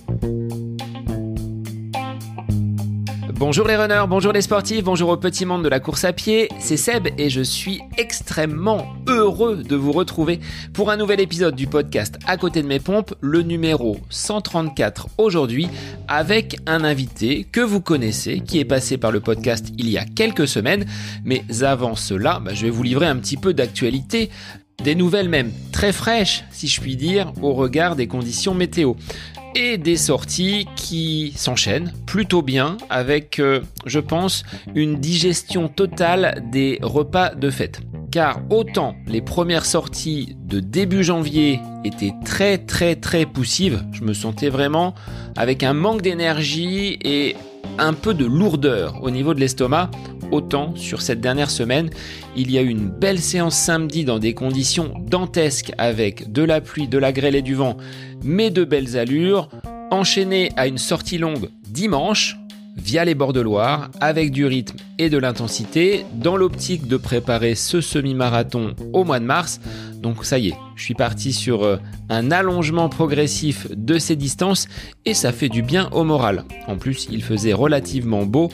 Bonjour les runners, bonjour les sportifs, bonjour au petit monde de la course à pied, c'est Seb et je suis extrêmement heureux de vous retrouver pour un nouvel épisode du podcast À côté de mes pompes, le numéro 134 aujourd'hui, avec un invité que vous connaissez, qui est passé par le podcast il y a quelques semaines, mais avant cela, je vais vous livrer un petit peu d'actualité, des nouvelles même très fraîches, si je puis dire, au regard des conditions météo. Et des sorties qui s'enchaînent plutôt bien avec, je pense, une digestion totale des repas de fête. Car autant les premières sorties de début janvier étaient très poussives, je me sentais vraiment avec un manque d'énergie et un peu de lourdeur au niveau de l'estomac, autant sur cette dernière semaine, il y a eu une belle séance samedi dans des conditions dantesques avec de la pluie, de la grêle et du vent, mais de belles allures, enchaîné à une sortie longue dimanche, via les bords de Loire, avec du rythme et de l'intensité, dans l'optique de préparer ce semi-marathon au mois de mars. Donc ça y est, je suis parti sur un allongement progressif de ces distances et ça fait du bien au moral. En plus, il faisait relativement beau.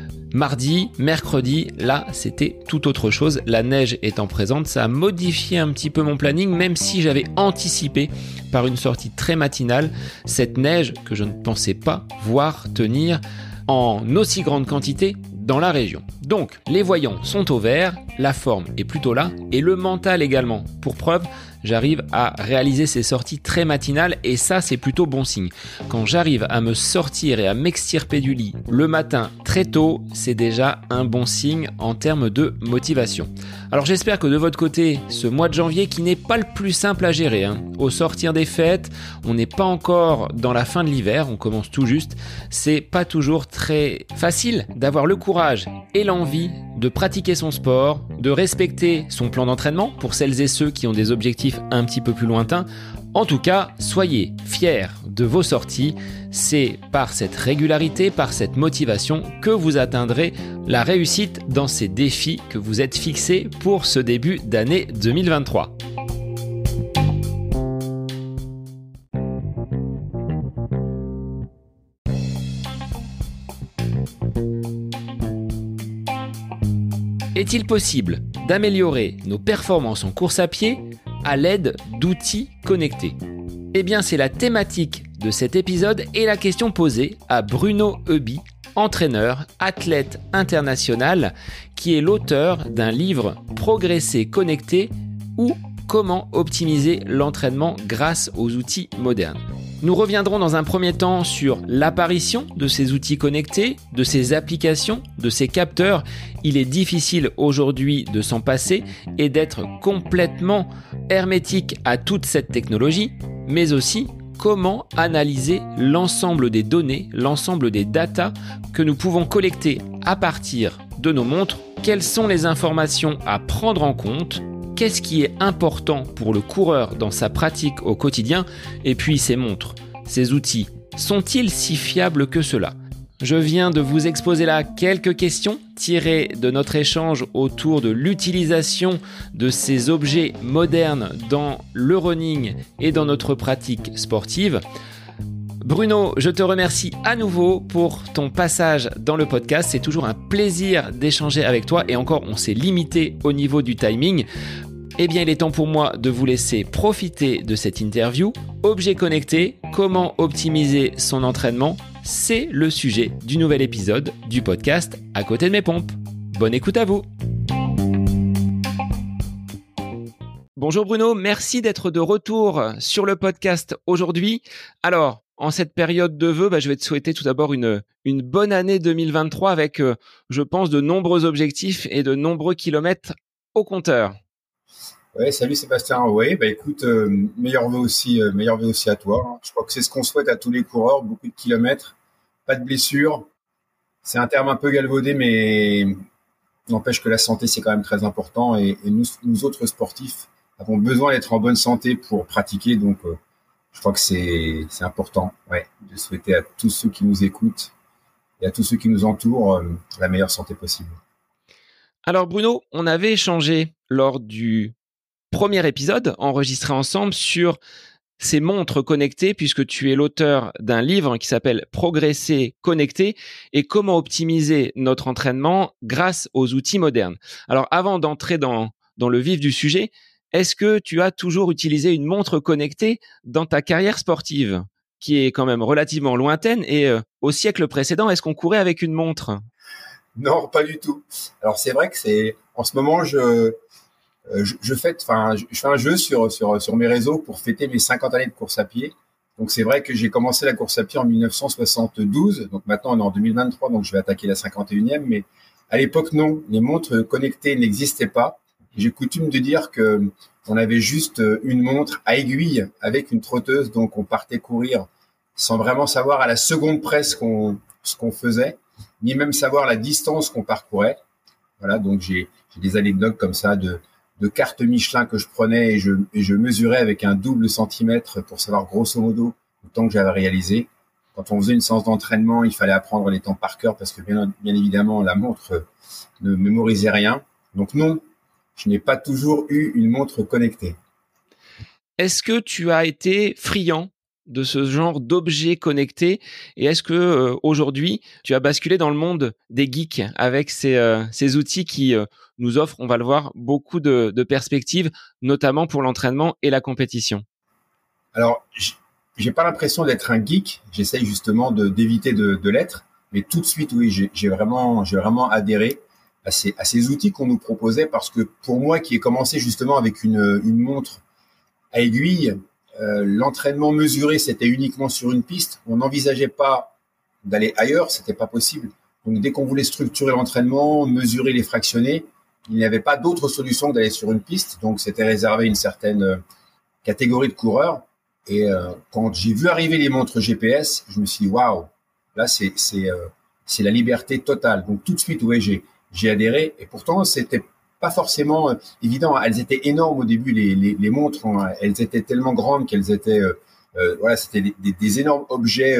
Mardi, mercredi, là, c'était tout autre chose. La neige étant présente, ça a modifié un petit peu mon planning, même si j'avais anticipé par une sortie très matinale cette neige que je ne pensais pas voir tenir en aussi grande quantité dans la région. Donc, les voyants sont au vert, la forme est plutôt là, et le mental également. Pour preuve, j'arrive à réaliser ces sorties très matinales et ça, c'est plutôt bon signe. Quand j'arrive à me sortir et à m'extirper du lit le matin très tôt, c'est déjà un bon signe en termes de motivation. Alors j'espère que de votre côté, ce mois de janvier qui n'est pas le plus simple à gérer, au sortir des fêtes, on n'est pas encore dans la fin de l'hiver, on commence tout juste, c'est pas toujours très facile d'avoir le courage et l'envie de pratiquer son sport, de respecter son plan d'entraînement pour celles et ceux qui ont des objectifs un petit peu plus lointains. En tout cas, soyez fiers de vos sorties. C'est par cette régularité, par cette motivation que vous atteindrez la réussite dans ces défis que vous êtes fixés pour ce début d'année 2023. Est-il possible d'améliorer nos performances en course à pied à l'aide d'outils connectés ? Eh bien, c'est la thématique de cet épisode et la question posée à Bruno Heuby, entraîneur, athlète international, qui est l'auteur d'un livre Progresser connecté ou Comment optimiser l'entraînement grâce aux outils modernes. Nous reviendrons dans un premier temps sur l'apparition de ces outils connectés, de ces applications, de ces capteurs. Il est difficile aujourd'hui de s'en passer et d'être complètement hermétique à toute cette technologie, mais aussi comment analyser l'ensemble des données, l'ensemble des datas que nous pouvons collecter à partir de nos montres. Quelles sont les informations à prendre en compte ? Qu'est-ce qui est important pour le coureur dans sa pratique au quotidien ? Et puis ces montres, ces outils, sont-ils si fiables que cela ? Je viens de vous exposer là quelques questions tirées de notre échange autour de l'utilisation de ces objets modernes dans le running et dans notre pratique sportive. Bruno, je te remercie à nouveau pour ton passage dans le podcast. C'est toujours un plaisir d'échanger avec toi et encore, on s'est limité au niveau du timing. Eh bien, il est temps pour moi de vous laisser profiter de cette interview. Objets connectés, comment optimiser son entraînement ? C'est le sujet du nouvel épisode du podcast À côté de mes pompes. Bonne écoute à vous. Bonjour Bruno, merci d'être de retour sur le podcast aujourd'hui. Alors, en cette période de vœux, je vais te souhaiter tout d'abord une bonne année 2023 avec, je pense, de nombreux objectifs et de nombreux kilomètres au compteur. Ouais, salut Sébastien. Oui, écoute, meilleurs vœux aussi à toi. Je crois que c'est ce qu'on souhaite à tous les coureurs, beaucoup de kilomètres, pas de blessures. C'est un terme un peu galvaudé, mais n'empêche que la santé, c'est quand même très important. Et nous autres sportifs avons besoin d'être en bonne santé pour pratiquer. Donc, je crois que c'est important, de souhaiter à tous ceux qui nous écoutent et à tous ceux qui nous entourent la meilleure santé possible. Alors Bruno, on avait échangé lors du premier épisode enregistré ensemble sur ces montres connectées, puisque tu es l'auteur d'un livre qui s'appelle Progresser connecté et comment optimiser notre entraînement grâce aux outils modernes. Alors, avant d'entrer dans le vif du sujet, est-ce que tu as toujours utilisé une montre connectée dans ta carrière sportive, qui est quand même relativement lointaine et au siècle précédent, est-ce qu'on courait avec une montre? Non, pas du tout. Alors c'est vrai que en ce moment je fête, je fais un jeu sur mes réseaux pour fêter mes 50 années de course à pied. Donc c'est vrai que j'ai commencé la course à pied en 1972. Donc maintenant on est en 2023, donc je vais attaquer la 51e. Mais à l'époque non, les montres connectées n'existaient pas. J'ai coutume de dire que on avait juste une montre à aiguille avec une trotteuse, donc on partait courir sans vraiment savoir à la seconde près ce qu'on faisait, ni même savoir la distance qu'on parcourait. Voilà, donc j'ai des anecdotes comme ça de cartes Michelin que je prenais et je mesurais avec un double centimètre pour savoir grosso modo le temps que j'avais réalisé. Quand on faisait une séance d'entraînement, il fallait apprendre les temps par cœur parce que bien évidemment la montre ne mémorisait rien. Donc non, je n'ai pas toujours eu une montre connectée. Est-ce que tu as été friand de ce genre d'objets connectés et est-ce que aujourd'hui tu as basculé dans le monde des geeks avec ces outils qui nous offrent, on va le voir, beaucoup de perspectives, notamment pour l'entraînement et la compétition? Alors, j'ai pas l'impression d'être un geek. J'essaye justement d'éviter de l'être, mais tout de suite, oui, j'ai vraiment adhéré à ces outils qu'on nous proposait parce que pour moi, qui ai commencé justement avec une montre à aiguille, l'entraînement mesuré, c'était uniquement sur une piste. On n'envisageait pas d'aller ailleurs, c'était pas possible. Donc, dès qu'on voulait structurer l'entraînement, mesurer les fractionnés, il n'y avait pas d'autre solution que d'aller sur une piste. Donc, c'était réservé à une certaine catégorie de coureurs. Et quand j'ai vu arriver les montres GPS, je me suis dit waouh, là c'est la liberté totale. Donc tout de suite, ouais, j'ai adhéré. Et pourtant, c'était pas forcément évident. Elles étaient énormes au début, les montres. Hein. Elles étaient tellement grandes qu'elles étaient, voilà, c'était des énormes objets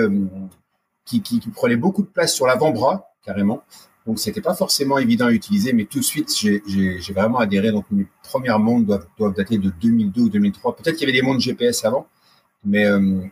qui prenaient beaucoup de place sur l'avant-bras, carrément. Donc, c'était pas forcément évident à utiliser, mais tout de suite, j'ai vraiment adhéré. Donc, mes premières montres doivent dater de 2002 ou 2003. Peut-être qu'il y avait des montres GPS avant, mais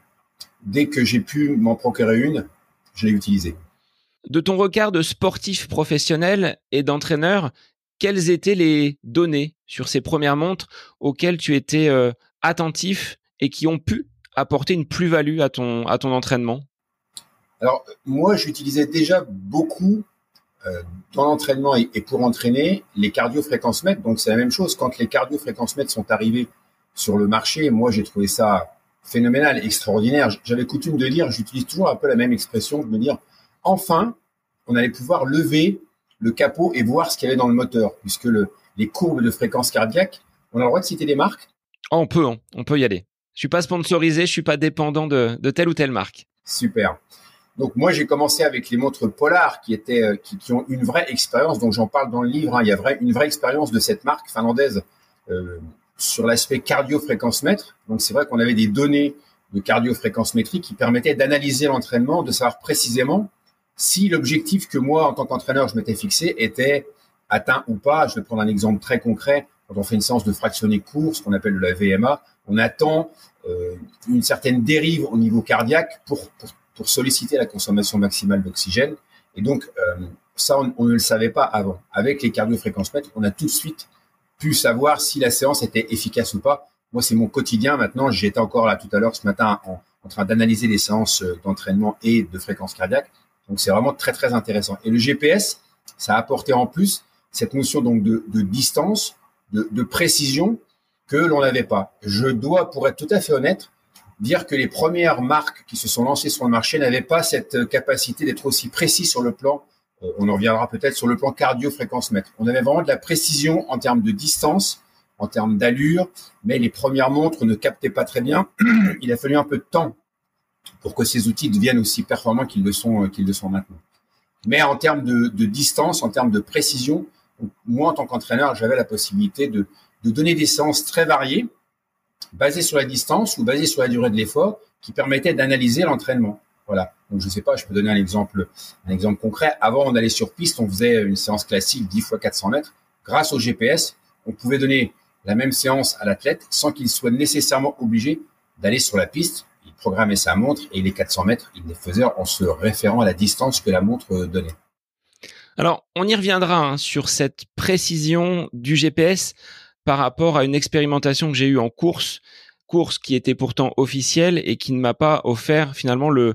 dès que j'ai pu m'en procurer une, je l'ai utilisée. De ton regard de sportif professionnel et d'entraîneur, quelles étaient les données sur ces premières montres auxquelles tu étais attentif et qui ont pu apporter une plus-value à ton entraînement? Alors, moi, j'utilisais déjà beaucoup dans l'entraînement et pour entraîner les cardio-fréquence-mètres. Donc, c'est la même chose. Quand les cardio-fréquence-mètres sont arrivés sur le marché, moi, j'ai trouvé ça phénoménal, extraordinaire. J'avais coutume de dire, j'utilise toujours un peu la même expression, de me dire, enfin, on allait pouvoir lever le capot et voir ce qu'il y avait dans le moteur, puisque les courbes de fréquence cardiaque, on a le droit de citer des marques? On peut y aller. Je suis pas sponsorisé, je suis pas dépendant de telle ou telle marque. Super. Donc moi, j'ai commencé avec les montres Polar qui ont une vraie expérience. Donc j'en parle dans le livre. Hein. Il y a une vraie expérience de cette marque finlandaise sur l'aspect cardio-fréquence-mètre. Donc c'est vrai qu'on avait des données de cardio-fréquence-métrie qui permettaient d'analyser l'entraînement, de savoir précisément si l'objectif que moi, en tant qu'entraîneur, je m'étais fixé était atteint ou pas. Je vais prendre un exemple très concret. Quand on fait une séance de fractionné court, ce qu'on appelle de la VMA, on attend une certaine dérive au niveau cardiaque pour solliciter la consommation maximale d'oxygène. Et donc, ça, on ne le savait pas avant. Avec les cardio-fréquence-mètres, on a tout de suite pu savoir si la séance était efficace ou pas. Moi, c'est mon quotidien maintenant. J'étais encore là tout à l'heure ce matin en train d'analyser les séances d'entraînement et de fréquence cardiaque. Donc, c'est vraiment très, très intéressant. Et le GPS, ça a apporté en plus cette notion donc de distance, de précision que l'on n'avait pas. Je dois, pour être tout à fait honnête, dire que les premières marques qui se sont lancées sur le marché n'avaient pas cette capacité d'être aussi précis sur le plan, on en reviendra peut-être, sur le plan cardio-fréquence-mètre. On avait vraiment de la précision en termes de distance, en termes d'allure, mais les premières montres ne captaient pas très bien. Il a fallu un peu de temps pour que ces outils deviennent aussi performants qu'ils le sont maintenant. Mais en termes de distance, en termes de précision, moi, en tant qu'entraîneur, j'avais la possibilité de donner des séances très variées, basées sur la distance ou basées sur la durée de l'effort, qui permettaient d'analyser l'entraînement. Voilà. Donc, je sais pas, je peux donner un exemple concret. Avant, on allait sur piste, on faisait une séance classique 10 fois 400 mètres. Grâce au GPS, on pouvait donner la même séance à l'athlète sans qu'il soit nécessairement obligé d'aller sur la piste, il programmait sa montre et les 400 mètres, il les faisait en se référant à la distance que la montre donnait. Alors, on y reviendra sur cette précision du GPS par rapport à une expérimentation que j'ai eue en course qui était pourtant officielle et qui ne m'a pas offert finalement le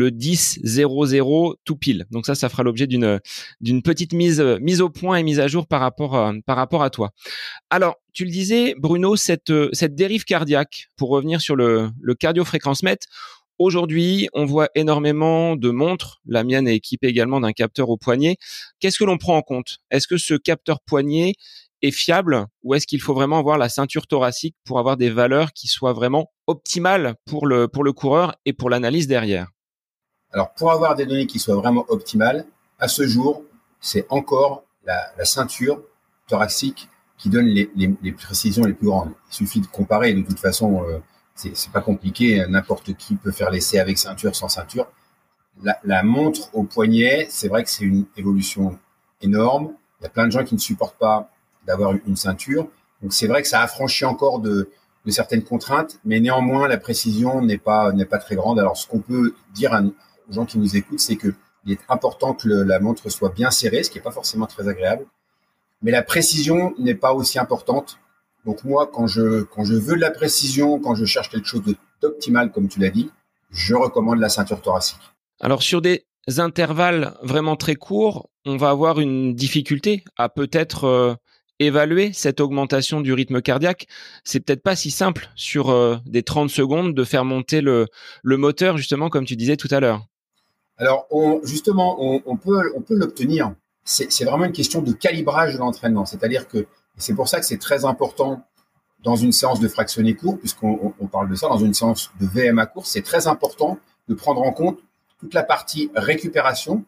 10-0-0 tout pile. Donc ça fera l'objet d'une petite mise au point et mise à jour par rapport à toi. Alors, tu le disais, Bruno, cette dérive cardiaque, pour revenir sur le cardio-fréquence-mètre, aujourd'hui, on voit énormément de montres. La mienne est équipée également d'un capteur au poignet. Qu'est-ce que l'on prend en compte? Est-ce que ce capteur poignet est fiable ou est-ce qu'il faut vraiment avoir la ceinture thoracique pour avoir des valeurs qui soient vraiment optimales pour le coureur et pour l'analyse derrière? Alors, pour avoir des données qui soient vraiment optimales, à ce jour, c'est encore la ceinture thoracique qui donne les précisions les plus grandes. Il suffit de comparer. De toute façon, c'est pas compliqué. N'importe qui peut faire l'essai avec ceinture, sans ceinture. La montre au poignet, c'est vrai que c'est une évolution énorme. Il y a plein de gens qui ne supportent pas d'avoir une ceinture. Donc, c'est vrai que ça affranchit encore de certaines contraintes, mais néanmoins, la précision n'est pas très grande. Alors, ce qu'on peut dire aux gens qui nous écoutent, c'est qu'il est important que la montre soit bien serrée, ce qui n'est pas forcément très agréable. Mais la précision n'est pas aussi importante. Donc, moi, quand je veux de la précision, quand je cherche quelque chose d'optimal, comme tu l'as dit, je recommande la ceinture thoracique. Alors, sur des intervalles vraiment très courts, on va avoir une difficulté à peut-être évaluer cette augmentation du rythme cardiaque. C'est peut-être pas si simple sur des 30 secondes de faire monter le moteur, justement, comme tu disais tout à l'heure. Alors, on peut l'obtenir. C'est vraiment une question de calibrage de l'entraînement. C'est-à-dire que c'est pour ça que c'est très important dans une séance de fractionné court, puisqu'on parle de ça, dans une séance de VMA court, c'est très important de prendre en compte toute la partie récupération,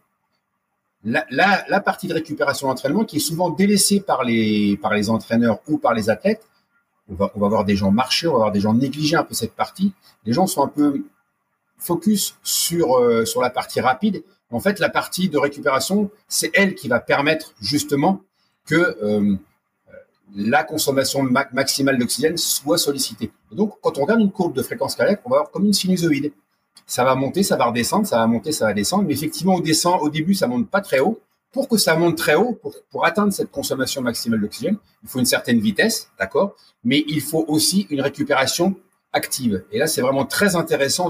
la partie de récupération d'entraînement qui est souvent délaissée par les entraîneurs ou par les athlètes. On va voir des gens marcher, on va voir des gens négliger un peu cette partie. Les gens sont un peu focus sur la partie rapide. En fait, la partie de récupération, c'est elle qui va permettre justement que la consommation maximale d'oxygène soit sollicitée. Et donc, quand on regarde une courbe de fréquence cardiaque, on va avoir comme une sinusoïde. Ça va monter, ça va redescendre, ça va monter, ça va descendre. Mais effectivement, au début, ça monte pas très haut. Pour que ça monte très haut, pour atteindre cette consommation maximale d'oxygène, il faut une certaine vitesse, d'accord? Mais il faut aussi une récupération active. Et là, c'est vraiment très intéressant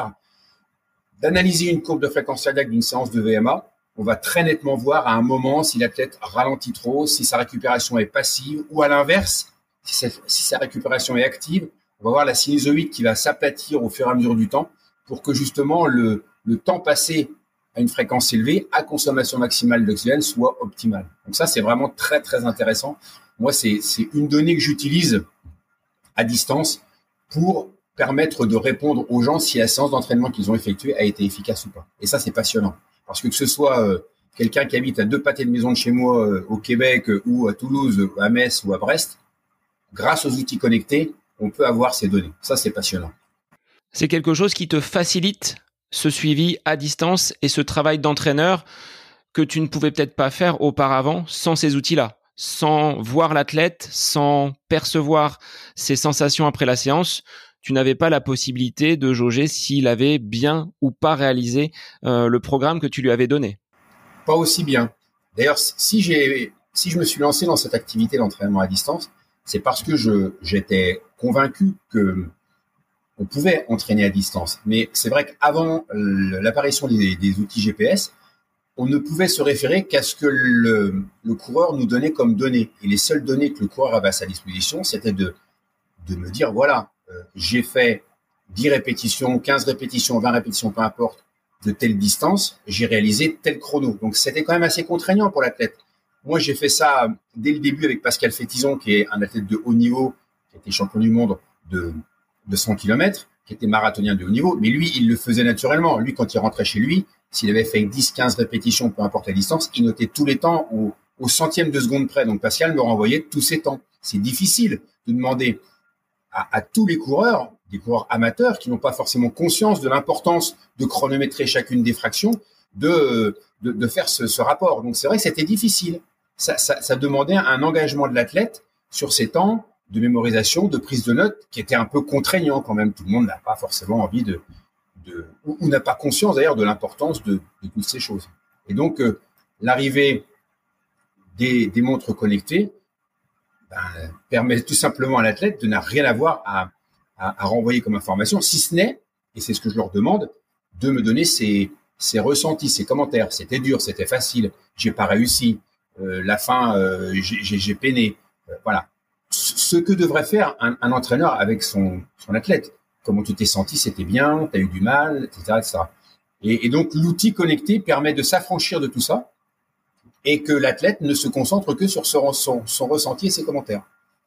d'analyser une courbe de fréquence cardiaque d'une séance de VMA. On va très nettement voir à un moment si l'athlète ralentit trop, si sa récupération est passive, ou à l'inverse, si sa récupération est active. On va voir la sinusoïde qui va s'aplatir au fur et à mesure du temps pour que justement le temps passé à une fréquence élevée, à consommation maximale d'oxygène, soit optimal. Donc ça, c'est vraiment très, très intéressant. Moi, c'est une donnée que j'utilise à distance pour permettre de répondre aux gens si la séance d'entraînement qu'ils ont effectuée a été efficace ou pas. Et ça, c'est passionnant. Parce que ce soit quelqu'un qui habite à 2 pâtés de maison de chez moi au Québec ou à Toulouse, à Metz ou à Brest, grâce aux outils connectés, on peut avoir ces données. Ça, c'est passionnant. C'est quelque chose qui te facilite ce suivi à distance et ce travail d'entraîneur que tu ne pouvais peut-être pas faire auparavant sans ces outils-là, sans voir l'athlète, sans percevoir ses sensations après la séance. Tu n'avais pas la possibilité de jauger s'il avait bien ou pas réalisé le programme que tu lui avais donné. Pas aussi bien. D'ailleurs, si je me suis lancé dans cette activité d'entraînement à distance, c'est parce que j'étais convaincu que on pouvait entraîner à distance. Mais c'est vrai qu'avant l'apparition des outils GPS, on ne pouvait se référer qu'à ce que le coureur nous donnait comme données. Et les seules données que le coureur avait à sa disposition, c'était de me dire, voilà, j'ai fait 10 répétitions, 15 répétitions, 20 répétitions, peu importe, de telle distance, j'ai réalisé tel chrono. Donc, c'était quand même assez contraignant pour l'athlète. Moi, j'ai fait ça dès le début avec Pascal Fétizon, qui est un athlète de haut niveau, qui était champion du monde de 100 km, qui était marathonien de haut niveau. Mais lui, il le faisait naturellement. Lui, quand il rentrait chez lui, s'il avait fait 10, 15 répétitions, peu importe la distance, il notait tous les temps au centième de seconde près. Donc, Pascal me renvoyait tous ses temps. C'est difficile de demander à tous les coureurs, des coureurs amateurs qui n'ont pas forcément conscience de l'importance de chronométrer chacune des fractions, de faire ce rapport. Donc, c'est vrai que c'était difficile. Ça demandait un engagement de l'athlète sur ses temps, de mémorisation, de prise de notes, qui était un peu contraignant quand même. Tout le monde n'a pas forcément envie ou n'a pas conscience d'ailleurs de l'importance de toutes ces choses. Et donc, l'arrivée des montres connectées permet tout simplement à l'athlète de n'a rien avoir à renvoyer comme information, si ce n'est, et c'est ce que je leur demande, de me donner ses ressentis, ses commentaires. C'était dur, c'était facile, j'ai pas réussi, la fin, j'ai peiné. Voilà. Ce que devrait faire un entraîneur avec son athlète. Comment tu t'es senti, c'était bien, tu as eu du mal, etc. etc. Et donc, l'outil connecté permet de s'affranchir de tout ça et que l'athlète ne se concentre que sur son ressenti et ses commentaires.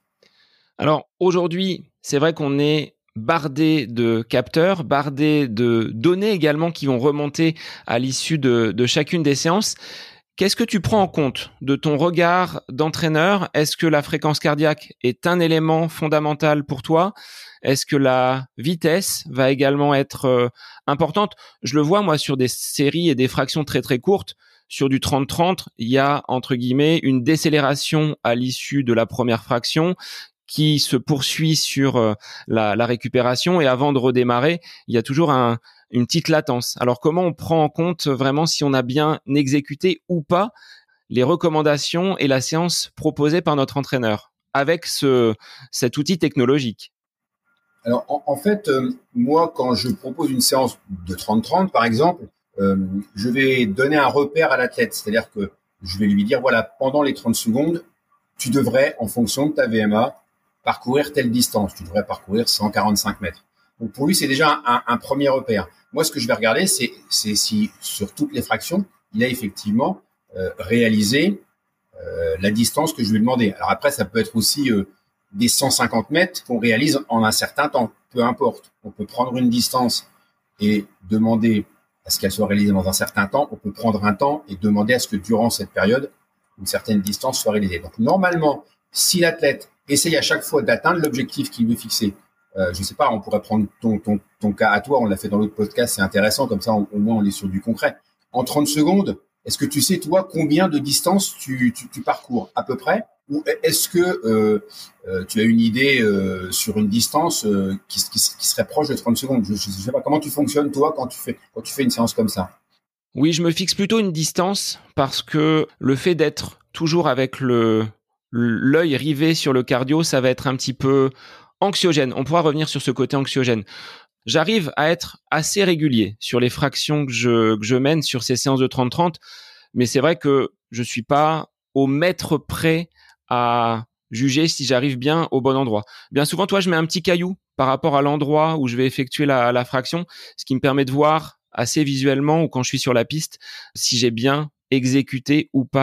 Alors, aujourd'hui, c'est vrai qu'on est bardé de capteurs, bardé de données également qui vont remonter à l'issue de chacune des séances. Qu'est-ce que tu prends en compte de ton regard d'entraîneur? Est-ce que la fréquence cardiaque est un élément fondamental pour toi? Est-ce que la vitesse va également être importante? Je le vois, moi, sur des séries et des fractions très, très courtes. Sur du 30-30, il y a, entre guillemets, une décélération à l'issue de la première fraction qui se poursuit sur la récupération. Et avant de redémarrer, il y a toujours une petite latence. Alors, comment on prend en compte vraiment si on a bien exécuté ou pas les recommandations et la séance proposée par notre entraîneur avec cet outil technologique? Alors, en fait, moi, quand je propose une séance de 30-30, par exemple, je vais donner un repère à l'athlète. C'est-à-dire que je vais lui dire, voilà, pendant les 30 secondes, tu devrais, en fonction de ta VMA, parcourir telle distance. Tu devrais parcourir 145 mètres. Donc, pour lui, c'est déjà un premier repère. Moi, ce que je vais regarder, c'est si, sur toutes les fractions, il a effectivement réalisé la distance que je lui ai demandé. Alors après, ça peut être aussi des 150 mètres qu'on réalise en un certain temps. Peu importe. On peut prendre une distance et demander à ce qu'elle soit réalisée dans un certain temps. On peut prendre un temps et demander à ce que durant cette période, une certaine distance soit réalisée. Donc normalement, si l'athlète essaye à chaque fois d'atteindre l'objectif qu'il veut fixer, je sais pas, on pourrait prendre ton cas à toi, on l'a fait dans l'autre podcast, c'est intéressant, comme ça au moins on est sur du concret. En 30 secondes, est-ce que tu sais, toi, combien de distance tu parcours à peu près? Ou est-ce que tu as une idée sur une distance qui serait proche de 30 secondes? Je sais pas, comment tu fonctionnes, toi, quand tu fais une séance comme ça? Oui, je me fixe plutôt une distance parce que le fait d'être toujours avec l'œil rivé sur le cardio, ça va être un petit peu anxiogène. On pourra revenir sur ce côté anxiogène. J'arrive à être assez régulier sur les fractions que je mène sur ces séances de 30-30, mais c'est vrai que je suis pas au mètre près à juger si j'arrive bien au bon endroit. Bien souvent, toi, je mets un petit caillou par rapport à l'endroit où je vais effectuer la fraction, ce qui me permet de voir assez visuellement ou quand je suis sur la piste si j'ai bien exécuté ou pas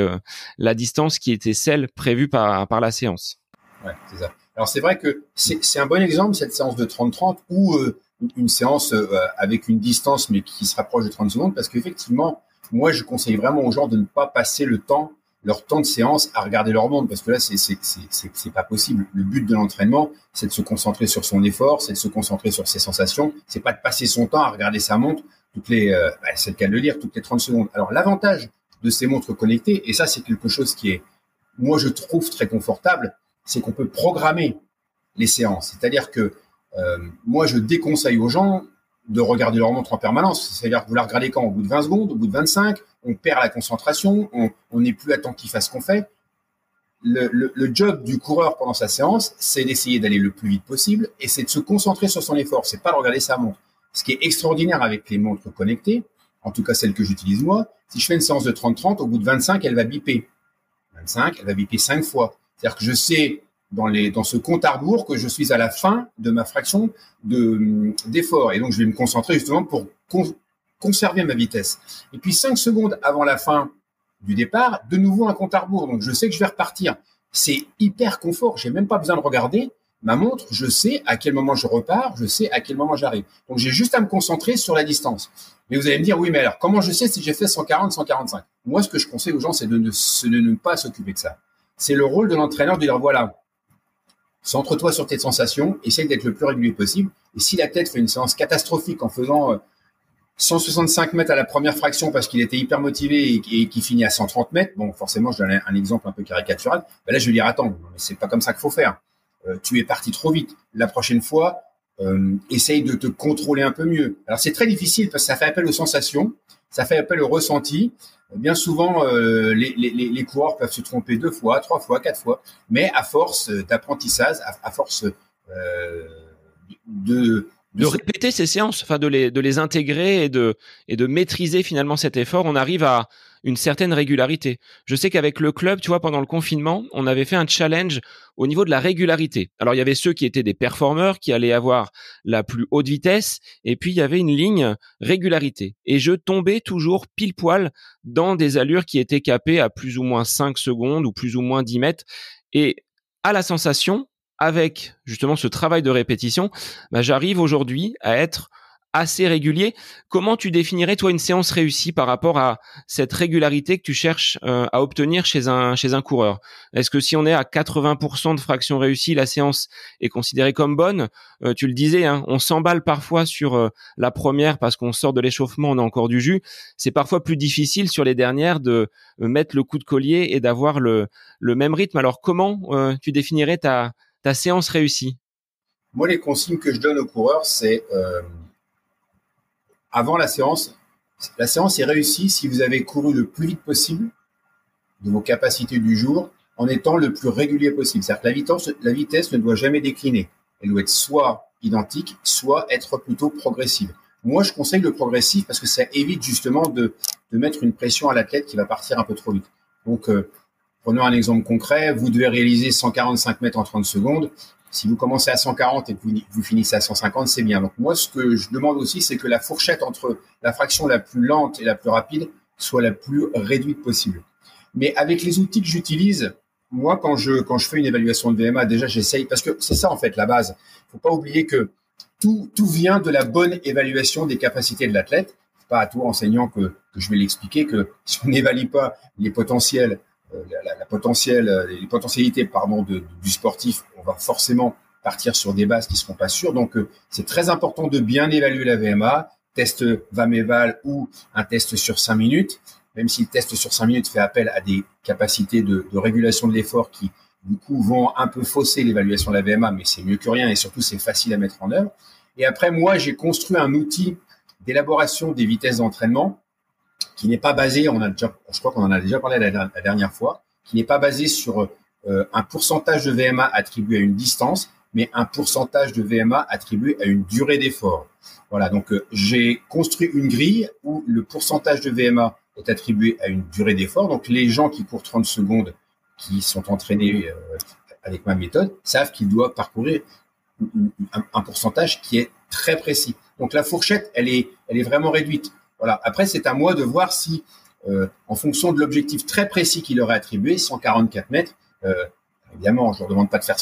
la distance qui était celle prévue par la séance. Ouais, c'est ça. Alors c'est vrai que c'est un bon exemple, cette séance de 30-30 ou une séance avec une distance mais qui se rapproche de 30 secondes, parce qu'effectivement, moi je conseille vraiment aux gens de ne pas passer leur temps de séance à regarder leur montre, parce que là c'est pas possible. Le but de l'entraînement, c'est de se concentrer sur son effort, c'est de se concentrer sur ses sensations, c'est pas de passer son temps à regarder sa montre c'est le cas de le dire, toutes les 30 secondes. Alors l'avantage de ces montres connectées, et ça c'est quelque chose qui est, moi je trouve très confortable, c'est qu'on peut programmer les séances. C'est-à-dire que moi, je déconseille aux gens de regarder leur montre en permanence. C'est-à-dire que vous la regardez quand? Au bout de 20 secondes, au bout de 25, on perd la concentration, on n'est plus attentif à ce qu'on fait. Le job du coureur pendant sa séance, c'est d'essayer d'aller le plus vite possible et c'est de se concentrer sur son effort. C'est pas de regarder sa montre. Ce qui est extraordinaire avec les montres connectées, en tout cas celles que j'utilise moi, si je fais une séance de 30-30, au bout de 25, elle va biper. 25, elle va biper 5 fois. C'est-à-dire que je sais dans ce compte à rebours que je suis à la fin de ma fraction d'effort. Et donc, je vais me concentrer justement pour conserver ma vitesse. Et puis, 5 secondes avant la fin du départ, de nouveau un compte à rebours. Donc, je sais que je vais repartir. C'est hyper confort. J'ai même pas besoin de regarder ma montre. Je sais à quel moment je repars. Je sais à quel moment j'arrive. Donc, j'ai juste à me concentrer sur la distance. Mais vous allez me dire, oui, mais alors, comment je sais si j'ai fait 140, 145? Moi, ce que je conseille aux gens, c'est de ne pas s'occuper de ça. C'est le rôle de l'entraîneur de dire, voilà, centre-toi sur tes sensations, essaye d'être le plus régulier possible. Et si l'athlète fait une séance catastrophique en faisant 165 mètres à la première fraction parce qu'il était hyper motivé et qu'il finit à 130 mètres, bon, forcément, je donne un exemple un peu caricatural, ben là, je vais dire, attends, c'est pas comme ça qu'il faut faire. tu es parti trop vite. La prochaine fois, essaye de te contrôler un peu mieux. Alors c'est très difficile parce que ça fait appel aux sensations, ça fait appel au ressenti. Bien souvent, les coureurs peuvent se tromper 2 fois, 3 fois, 4 fois, mais à force d'apprentissage, à force de répéter ces séances, enfin de les intégrer et de maîtriser finalement cet effort, on arrive à une certaine régularité. Je sais qu'avec le club, tu vois, pendant le confinement, on avait fait un challenge au niveau de la régularité. Alors il y avait ceux qui étaient des performeurs, qui allaient avoir la plus haute vitesse, et puis il y avait une ligne régularité. Et je tombais toujours pile poil dans des allures qui étaient capées à plus ou moins 5 secondes ou plus ou moins 10 mètres. Et à la sensation, avec justement ce travail de répétition, j'arrive aujourd'hui à être assez régulier. Comment tu définirais, toi, une séance réussie par rapport à cette régularité que tu cherches à obtenir chez un coureur? Est-ce que si on est à 80% de fraction réussie, la séance est considérée comme bonne? Tu le disais, hein, on s'emballe parfois sur la première parce qu'on sort de l'échauffement, on a encore du jus. C'est parfois plus difficile sur les dernières de mettre le coup de collier et d'avoir le même rythme. Alors, comment tu définirais ta séance réussie? Moi, les consignes que je donne aux coureurs, c'est avant la séance est réussie si vous avez couru le plus vite possible de vos capacités du jour en étant le plus régulier possible. C'est-à-dire que la vitesse ne doit jamais décliner. Elle doit être soit identique, soit être plutôt progressive. Moi, je conseille le progressif parce que ça évite justement de mettre une pression à l'athlète qui va partir un peu trop vite. Donc, prenons un exemple concret. Vous devez réaliser 145 mètres en 30 secondes. Si vous commencez à 140 et que vous finissez à 150, c'est bien. Donc moi, ce que je demande aussi, c'est que la fourchette entre la fraction la plus lente et la plus rapide soit la plus réduite possible. Mais avec les outils que j'utilise, moi, quand je fais une évaluation de VMA, déjà, j'essaye, parce que c'est ça, en fait, la base. Faut pas oublier que tout vient de la bonne évaluation des capacités de l'athlète. C'est pas à tout enseignant que je vais l'expliquer que si on n'évalue pas les potentiels, les potentialités du sportif, on va forcément partir sur des bases qui seront pas sûres. Donc, c'est très important de bien évaluer la VMA, test VAM-EVAL ou un test sur 5 minutes, même si le test sur 5 minutes fait appel à des capacités de régulation de l'effort qui, du coup, vont un peu fausser l'évaluation de la VMA, mais c'est mieux que rien et surtout, c'est facile à mettre en œuvre. Et après, moi, j'ai construit un outil d'élaboration des vitesses d'entraînement qui n'est pas basé, je crois qu'on en a déjà parlé la dernière fois, qui n'est pas basé sur un pourcentage de VMA attribué à une distance, mais un pourcentage de VMA attribué à une durée d'effort. Voilà, donc j'ai construit une grille où le pourcentage de VMA est attribué à une durée d'effort. Donc les gens qui courent 30 secondes, qui sont entraînés avec ma méthode, savent qu'ils doivent parcourir un pourcentage qui est très précis. Donc la fourchette, elle est vraiment réduite. Voilà. Après, c'est à moi de voir si, en fonction de l'objectif très précis qu'il aurait attribué, 144 mètres, évidemment, je leur demande pas de faire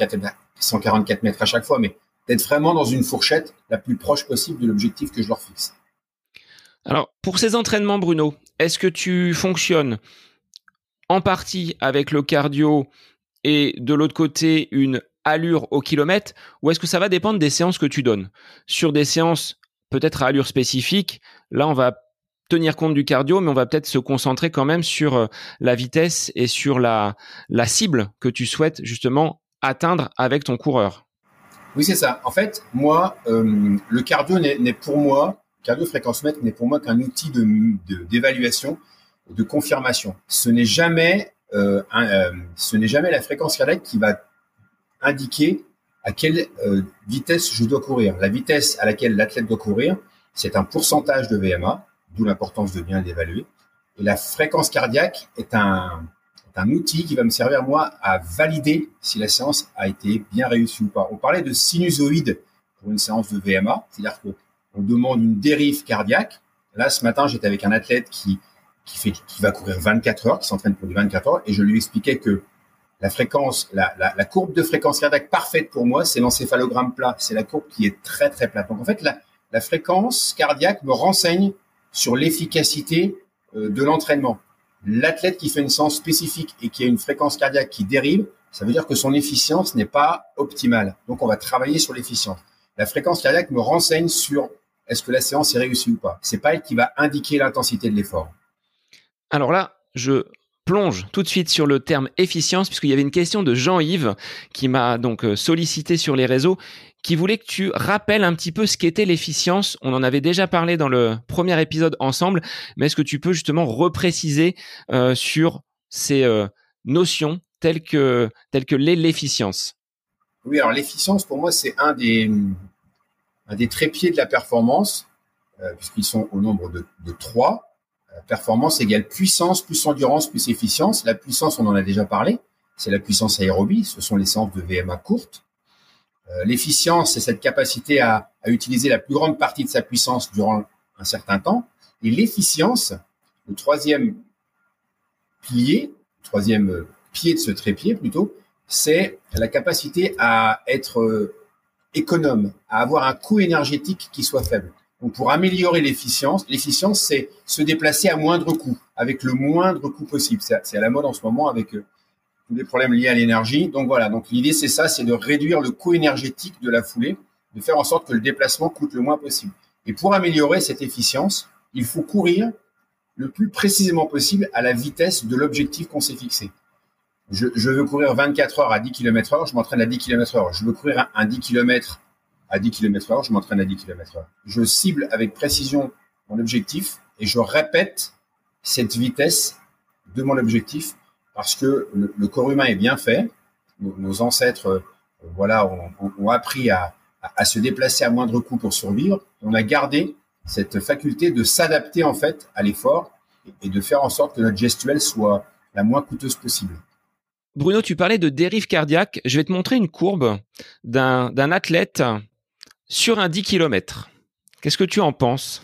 144 mètres à chaque fois, mais d'être vraiment dans une fourchette la plus proche possible de l'objectif que je leur fixe. Alors, pour ces entraînements, Bruno, est-ce que tu fonctionnes en partie avec le cardio et de l'autre côté une allure au kilomètre, ou est-ce que ça va dépendre des séances que tu donnes? Sur des séances peut-être à allure spécifique, là on va tenir compte du cardio, mais on va peut-être se concentrer quand même sur la vitesse et sur la cible que tu souhaites justement atteindre avec ton coureur. Oui, c'est ça. En fait, moi, le cardio cardio-fréquence-mètre n'est pour moi qu'un outil d'évaluation, de confirmation. Ce n'est jamais la fréquence cardiaque qui va indiquer à quelle vitesse je dois courir. La vitesse à laquelle l'athlète doit courir, c'est un pourcentage de VMA, d'où l'importance de bien l'évaluer. Et la fréquence cardiaque est un outil qui va me servir, moi, à valider si la séance a été bien réussie ou pas. On parlait de sinusoïde pour une séance de VMA, c'est-à-dire qu'on demande une dérive cardiaque. Là, ce matin, j'étais avec un athlète qui va courir 24 heures, qui s'entraîne pour du 24 heures, et je lui expliquais que la fréquence, la courbe de fréquence cardiaque parfaite pour moi, c'est l'encéphalogramme plat. C'est la courbe qui est très, très plate. Donc, en fait, la fréquence cardiaque me renseigne sur l'efficacité de l'entraînement. L'athlète qui fait une séance spécifique et qui a une fréquence cardiaque qui dérive, ça veut dire que son efficience n'est pas optimale. Donc, on va travailler sur l'efficience. La fréquence cardiaque me renseigne sur est-ce que la séance est réussie ou pas. C'est pas elle qui va indiquer l'intensité de l'effort. Alors là, je plonge tout de suite sur le terme efficience, puisqu'il y avait une question de Jean-Yves qui m'a donc sollicité sur les réseaux, qui voulait que tu rappelles un petit peu ce qu'était l'efficience. On en avait déjà parlé dans le premier épisode ensemble, mais est-ce que tu peux justement repréciser sur ces notions telles que l'est l'efficience? Oui, alors l'efficience, pour moi, c'est un des trépieds de la performance, puisqu'ils sont au nombre de 3. Performance égale puissance, plus endurance, plus efficience. La puissance, on en a déjà parlé, c'est la puissance aérobie, ce sont les séances de VMA courtes. L'efficience, c'est cette capacité à utiliser la plus grande partie de sa puissance durant un certain temps. Et l'efficience, le troisième pied de ce trépied plutôt, c'est la capacité à être économe, à avoir un coût énergétique qui soit faible. Donc, pour améliorer l'efficience, c'est se déplacer à moindre coût, avec le moindre coût possible. C'est à la mode en ce moment avec tous les problèmes liés à l'énergie. Donc voilà, donc l'idée c'est ça, c'est de réduire le coût énergétique de la foulée, de faire en sorte que le déplacement coûte le moins possible. Et pour améliorer cette efficience, il faut courir le plus précisément possible à la vitesse de l'objectif qu'on s'est fixé. Je veux courir 24 heures à 10 km/h, je m'entraîne à 10 km/h. Je veux courir un 10 km à 10 km/h, je m'entraîne à 10 km/h. Je cible avec précision mon objectif et je répète cette vitesse de mon objectif parce que le corps humain est bien fait. Nos ancêtres ont appris à se déplacer à moindre coût pour survivre. On a gardé cette faculté de s'adapter en fait à l'effort et de faire en sorte que notre gestuelle soit la moins coûteuse possible. Bruno, tu parlais de dérive cardiaque. Je vais te montrer une courbe d'un athlète sur un 10 km. Qu'est-ce que tu en penses?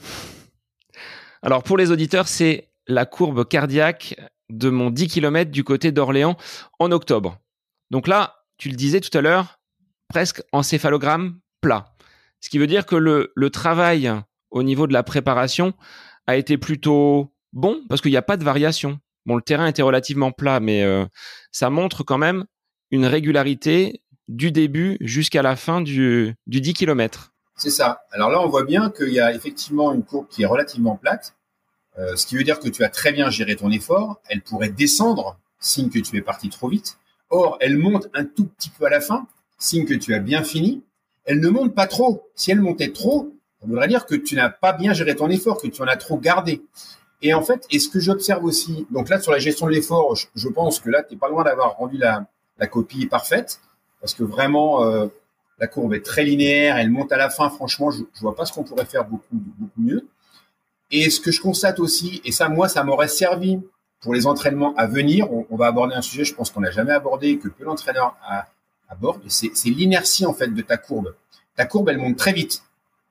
Alors, pour les auditeurs, c'est la courbe cardiaque de mon 10 km du côté d'Orléans en octobre. Donc là, tu le disais tout à l'heure, presque encéphalogramme plat. Ce qui veut dire que le travail au niveau de la préparation a été plutôt bon parce qu'il n'y a pas de variation. Bon, le terrain était relativement plat, mais ça montre quand même une régularité du début jusqu'à la fin du 10 km. C'est ça. Alors là, on voit bien qu'il y a effectivement une courbe qui est relativement plate, ce qui veut dire que tu as très bien géré ton effort. Elle pourrait descendre, signe que tu es parti trop vite. Or, elle monte un tout petit peu à la fin, signe que tu as bien fini. Elle ne monte pas trop. Si elle montait trop, ça voudrait dire que tu n'as pas bien géré ton effort, que tu en as trop gardé. Et en fait, et ce que j'observe aussi, donc là, sur la gestion de l'effort, je pense que là, tu n'es pas loin d'avoir rendu la copie parfaite, parce que vraiment, la courbe est très linéaire, elle monte à la fin. Franchement, je vois pas ce qu'on pourrait faire beaucoup mieux. Et ce que je constate aussi, et ça, moi, ça m'aurait servi pour les entraînements à venir. On va aborder un sujet, je pense qu'on n'a jamais abordé, que peu d'entraîneurs abordent. C'est l'inertie, en fait, de ta courbe. Ta courbe, elle monte très vite.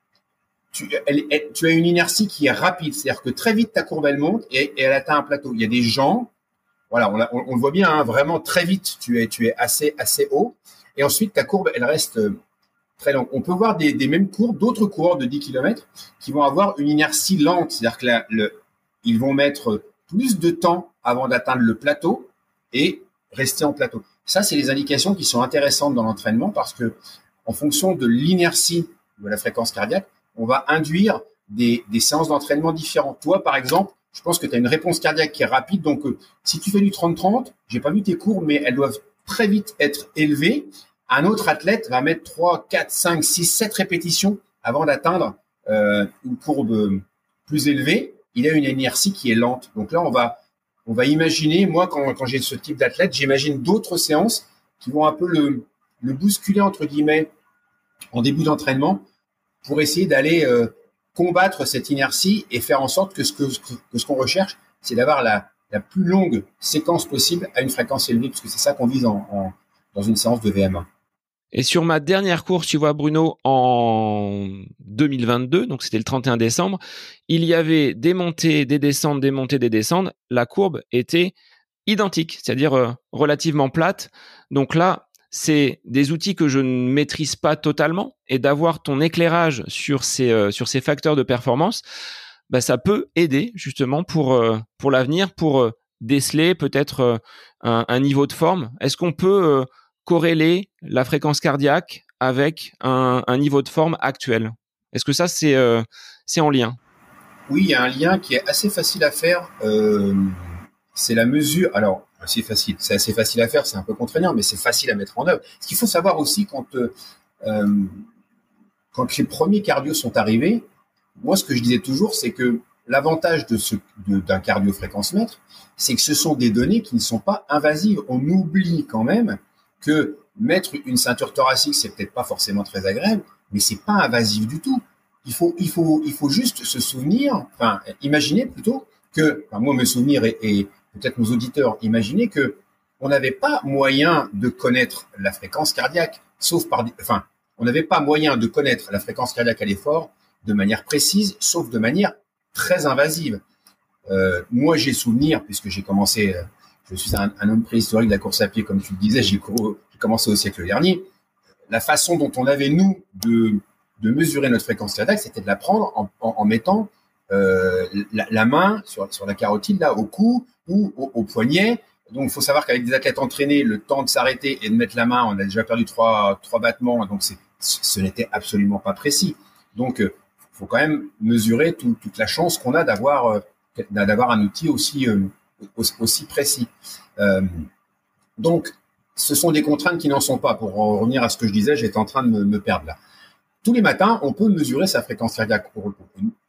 Tu as une inertie qui est rapide, c'est-à-dire que très vite ta courbe elle monte et elle atteint un plateau. Il y a des gens, voilà, on le voit bien, hein, vraiment très vite, tu es assez haut, et ensuite ta courbe elle reste très longue. On peut voir des mêmes courbes, d'autres coureurs de 10 km qui vont avoir une inertie lente, c'est-à-dire que ils vont mettre plus de temps avant d'atteindre le plateau et rester en plateau. Ça, c'est les indications qui sont intéressantes dans l'entraînement parce que en fonction de l'inertie de la fréquence cardiaque, on va induire des séances d'entraînement différentes. Toi, par exemple, je pense que tu as une réponse cardiaque qui est rapide. Donc, si tu fais du 30-30, j'ai pas vu tes courbes, mais elles doivent très vite être élevées. Un autre athlète va mettre 3, 4, 5, 6, 7 répétitions avant d'atteindre une courbe plus élevée. Il a une inertie qui est lente. Donc là, on va imaginer, moi, quand j'ai ce type d'athlète, j'imagine d'autres séances qui vont un peu le bousculer, entre guillemets, en début d'entraînement, pour essayer d'aller combattre cette inertie et faire en sorte que ce qu'on recherche, c'est d'avoir la plus longue séquence possible à une fréquence élevée, parce que c'est ça qu'on vise dans une séance de VMA. Et sur ma dernière course, tu vois, Bruno, en 2022, donc c'était le 31 décembre, il y avait des montées, des descentes, des montées, des descentes. La courbe était identique, c'est-à-dire relativement plate. Donc là, c'est des outils que je ne maîtrise pas totalement, et d'avoir ton éclairage sur ces facteurs de performance, bah, ça peut aider justement pour l'avenir, pour déceler peut-être un niveau de forme. Est-ce qu'on peut corréler la fréquence cardiaque avec un niveau de forme actuel? Est-ce que ça, c'est en lien? Oui, il y a un lien qui est assez facile à faire c'est la mesure. Alors, c'est facile, c'est assez facile à faire, c'est un peu contraignant, mais c'est facile à mettre en œuvre. Ce qu'il faut savoir aussi quand les premiers cardios sont arrivés, moi, ce que je disais toujours, c'est que l'avantage d'un cardio-fréquence-mètre, c'est que ce sont des données qui ne sont pas invasives. On oublie quand même que mettre une ceinture thoracique, c'est peut-être pas forcément très agréable, mais c'est pas invasif du tout. Il faut juste se souvenir, imaginer plutôt moi, me souvenir et peut-être nos auditeurs, imaginer que on n'avait pas moyen de connaître la fréquence cardiaque, on n'avait pas moyen de connaître la fréquence cardiaque à l'effort de manière précise, sauf de manière très invasive. Moi, j'ai souvenir, puisque j'ai commencé, je suis un homme préhistorique de la course à pied, comme tu le disais, j'ai commencé au siècle dernier. La façon dont on avait, nous, de mesurer notre fréquence cardiaque, c'était de la prendre en mettant la main sur la carotide, là, au cou ou au poignet. Donc, il faut savoir qu'avec des athlètes entraînés, le temps de s'arrêter et de mettre la main, on a déjà perdu trois battements. Donc, ce n'était absolument pas précis. Donc, il faut quand même mesurer toute la chance qu'on a d'avoir un outil aussi précis. Donc, ce sont des contraintes qui n'en sont pas. Pour revenir à ce que je disais, j'étais en train de me perdre là. Tous les matins, on peut mesurer sa fréquence cardiaque au repos.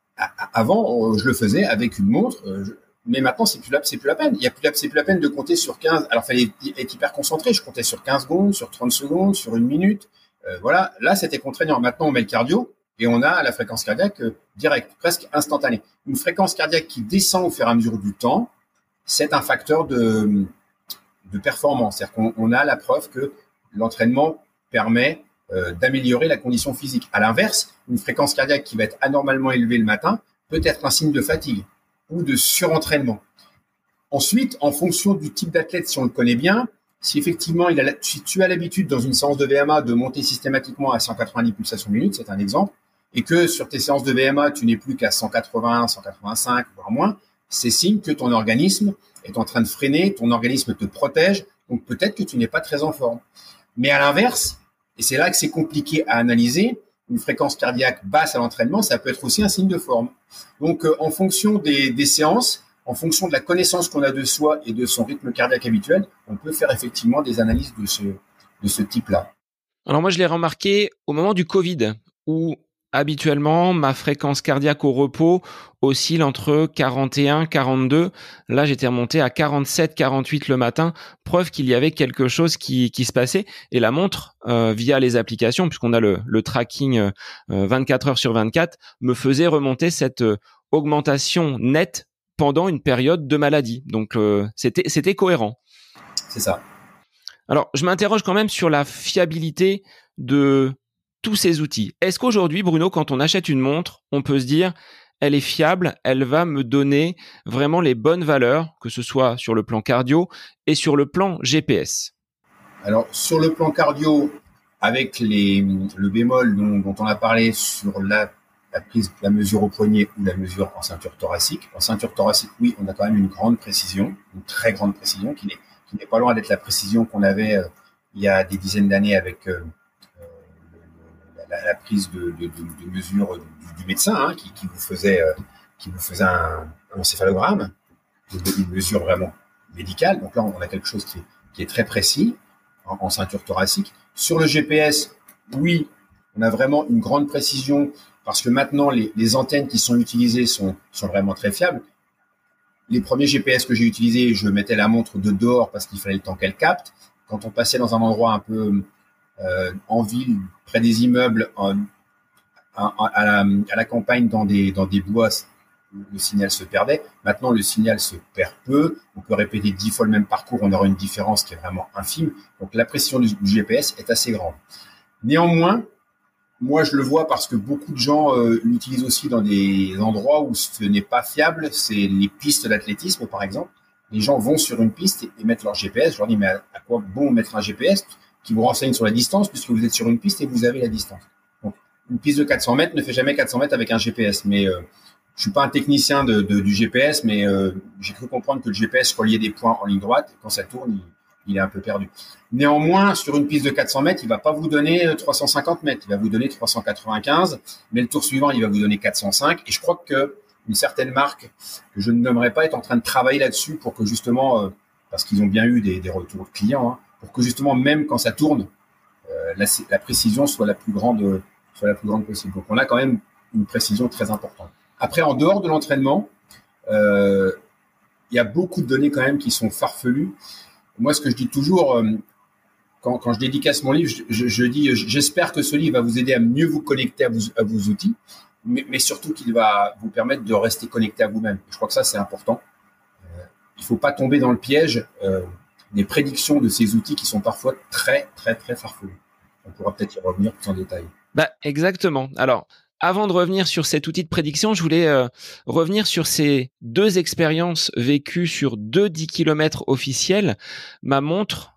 Avant, je le faisais avec une montre, mais maintenant, c'est plus la peine. C'est plus la peine de compter sur 15. Alors, il fallait être hyper concentré. Je comptais sur 15 secondes, sur 30 secondes, sur une minute. Voilà. Là, c'était contraignant. Maintenant, on met le cardio et on a la fréquence cardiaque directe, presque instantanée. Une fréquence cardiaque qui descend au fur et à mesure du temps, c'est un facteur de performance. C'est-à-dire qu'on a la preuve que l'entraînement permet d'améliorer la condition physique. À l'inverse, une fréquence cardiaque qui va être anormalement élevée le matin peut être un signe de fatigue ou de surentraînement. Ensuite, en fonction du type d'athlète, si on le connaît bien, si effectivement si tu as l'habitude dans une séance de VMA de monter systématiquement à 190 pulsations minute, c'est un exemple, et que sur tes séances de VMA, tu n'es plus qu'à 180, 185, voire moins, c'est signe que ton organisme est en train de freiner, ton organisme te protège, donc peut-être que tu n'es pas très en forme. Mais à l'inverse, et c'est là que c'est compliqué à analyser, une fréquence cardiaque basse à l'entraînement, ça peut être aussi un signe de forme. Donc, en fonction des séances, en fonction de la connaissance qu'on a de soi et de son rythme cardiaque habituel, on peut faire effectivement des analyses de ce type-là. Alors moi, je l'ai remarqué au moment du Covid, où habituellement, ma fréquence cardiaque au repos oscille entre 41, 42. Là, j'étais remonté à 47, 48 le matin. Preuve qu'il y avait quelque chose qui se passait. Et la montre, via les applications, puisqu'on a le tracking 24 heures sur 24, me faisait remonter cette augmentation nette pendant une période de maladie. Donc, c'était cohérent. C'est ça. Alors, je m'interroge quand même sur la fiabilité de tous ces outils. Est-ce qu'aujourd'hui, Bruno, quand on achète une montre, on peut se dire, elle est fiable, elle va me donner vraiment les bonnes valeurs, que ce soit sur le plan cardio et sur le plan GPS? Alors, sur le plan cardio, avec le bémol dont on a parlé sur la mesure au poignet ou la mesure en ceinture thoracique. En ceinture thoracique, oui, on a quand même une grande précision, une très grande précision, qui n'est pas loin d'être la précision qu'on avait il y a des dizaines d'années avec la prise de mesure du médecin qui vous faisait un encéphalogramme, une mesure vraiment médicale. Donc là, on a quelque chose qui est très précis en ceinture thoracique. Sur le GPS, oui, on a vraiment une grande précision parce que maintenant, les antennes qui sont utilisées sont vraiment très fiables. Les premiers GPS que j'ai utilisés, je mettais la montre de dehors parce qu'il fallait le temps qu'elle capte. Quand on passait dans un endroit un peu en ville, près des immeubles, à la campagne, dans des bois, le signal se perdait. Maintenant, le signal se perd peu. On peut répéter 10 fois le même parcours, on aura une différence qui est vraiment infime. Donc, la précision du GPS est assez grande. Néanmoins, moi, je le vois parce que beaucoup de gens l'utilisent aussi dans des endroits où ce n'est pas fiable. C'est les pistes d'athlétisme, par exemple. Les gens vont sur une piste et mettent leur GPS. Je leur dis, mais à quoi bon mettre un GPS qui vous renseigne sur la distance puisque vous êtes sur une piste et vous avez la distance. Donc, une piste de 400 mètres ne fait jamais 400 mètres avec un GPS. Mais je suis pas un technicien du GPS, mais j'ai cru comprendre que le GPS reliait des points en ligne droite. Et quand ça tourne, il est un peu perdu. Néanmoins, sur une piste de 400 mètres, il va pas vous donner 350 mètres. Il va vous donner 395. Mais le tour suivant, il va vous donner 405. Et je crois que une certaine marque que je ne nommerai pas est en train de travailler là-dessus pour que justement, parce qu'ils ont bien eu des retours de clients, hein, pour que justement même quand ça tourne, la précision soit la plus grande possible. Donc on a quand même une précision très importante. Après, en dehors de l'entraînement, il y a beaucoup de données quand même qui sont farfelues. Moi, ce que je dis toujours, quand je dédicace mon livre, je dis j'espère que ce livre va vous aider à mieux vous connecter à vos outils, mais surtout qu'il va vous permettre de rester connecté à vous-même. Je crois que ça, c'est important. Il ne faut pas tomber dans le piège des prédictions de ces outils qui sont parfois très, très, très farfelus. On pourra peut-être y revenir plus en détail. Exactement. Alors, avant de revenir sur cet outil de prédiction, je voulais revenir sur ces 2 expériences vécues sur 2 10 km officiels. Ma montre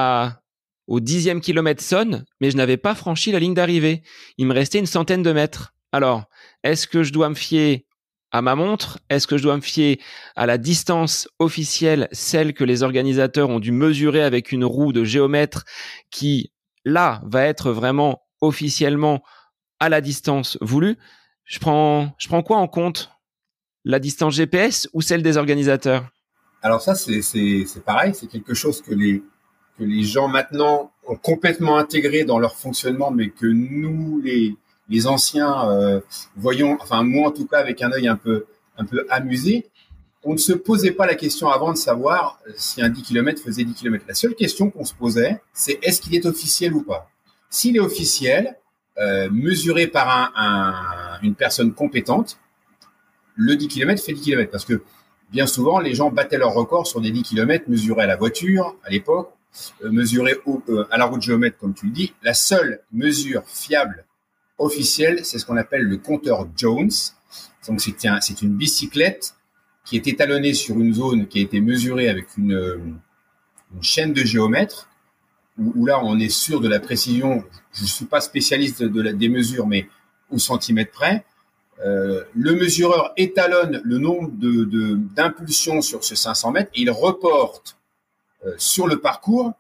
au 10e kilomètre sonne, mais je n'avais pas franchi la ligne d'arrivée. Il me restait une centaine de mètres. Alors, est-ce que je dois me fier à ma montre? Est-ce que je dois me fier à la distance officielle, celle que les organisateurs ont dû mesurer avec une roue de géomètre qui, là, va être vraiment officiellement à la distance voulue? Je prends quoi en compte? La distance GPS ou celle des organisateurs? Alors ça, c'est pareil, c'est quelque chose que les gens maintenant ont complètement intégré dans leur fonctionnement, mais que nous, les anciens, voyons, enfin moi en tout cas avec un œil un peu amusé. On ne se posait pas la question avant de savoir si un 10 km faisait 10 km. La seule question qu'on se posait, c'est est-ce qu'il est officiel ou pas? S'il est officiel, mesuré par une personne compétente, le 10 km fait 10 km. Parce que bien souvent, les gens battaient leur record sur des 10 km mesurés à la voiture, à l'époque, mesurés à la roue de géomètre, comme tu le dis. La seule mesure fiable officielle, c'est ce qu'on appelle le compteur Jones. Donc, c'est une bicyclette qui est étalonnée sur une zone qui a été mesurée avec une chaîne de géomètre, où là, on est sûr de la précision. Je ne suis pas spécialiste des mesures, mais au centimètre près. Le mesureur étalonne le nombre d'impulsions sur ce 500 mètres et il reporte sur le parcours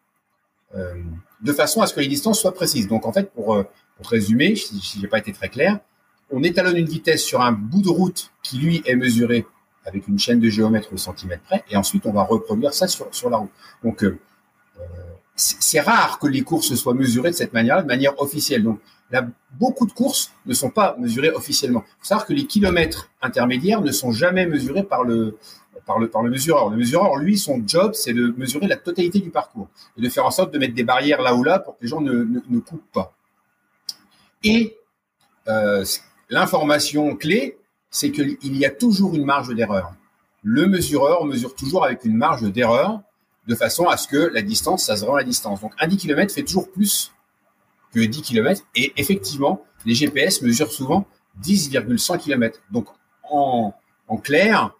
de façon à ce que les distances soient précises. Donc, en fait, pour résumer, si je n'ai pas été très clair, on étalonne une vitesse sur un bout de route qui, lui, est mesuré avec une chaîne de géomètre au centimètre près, et ensuite, on va reproduire ça sur la route. Donc, c'est rare que les courses soient mesurées de cette manière-là, de manière officielle. Donc, beaucoup de courses ne sont pas mesurées officiellement. Il faut savoir que les kilomètres intermédiaires ne sont jamais mesurés par le mesureur. Le mesureur, lui, son job, c'est de mesurer la totalité du parcours et de faire en sorte de mettre des barrières là ou là pour que les gens ne coupent pas. Et l'information clé, c'est qu'il y a toujours une marge d'erreur. Le mesureur mesure toujours avec une marge d'erreur de façon à ce que la distance, ça se rend la distance. Donc, un 10 km fait toujours plus que 10 km. Et effectivement, les GPS mesurent souvent 10,100 km. Donc, en clair,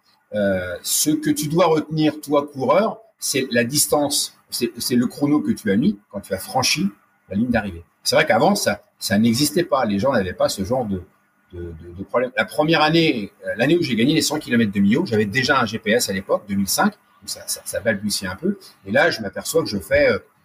ce que tu dois retenir, toi, coureur, c'est la distance, c'est le chrono que tu as mis quand tu as franchi la ligne d'arrivée. C'est vrai qu'avant, ça n'existait pas. Les gens n'avaient pas ce genre de problème. La première année, l'année où j'ai gagné les 100 km de Millau, j'avais déjà un GPS à l'époque, 2005. Donc ça balbutie un peu. Et là, je m'aperçois que je fais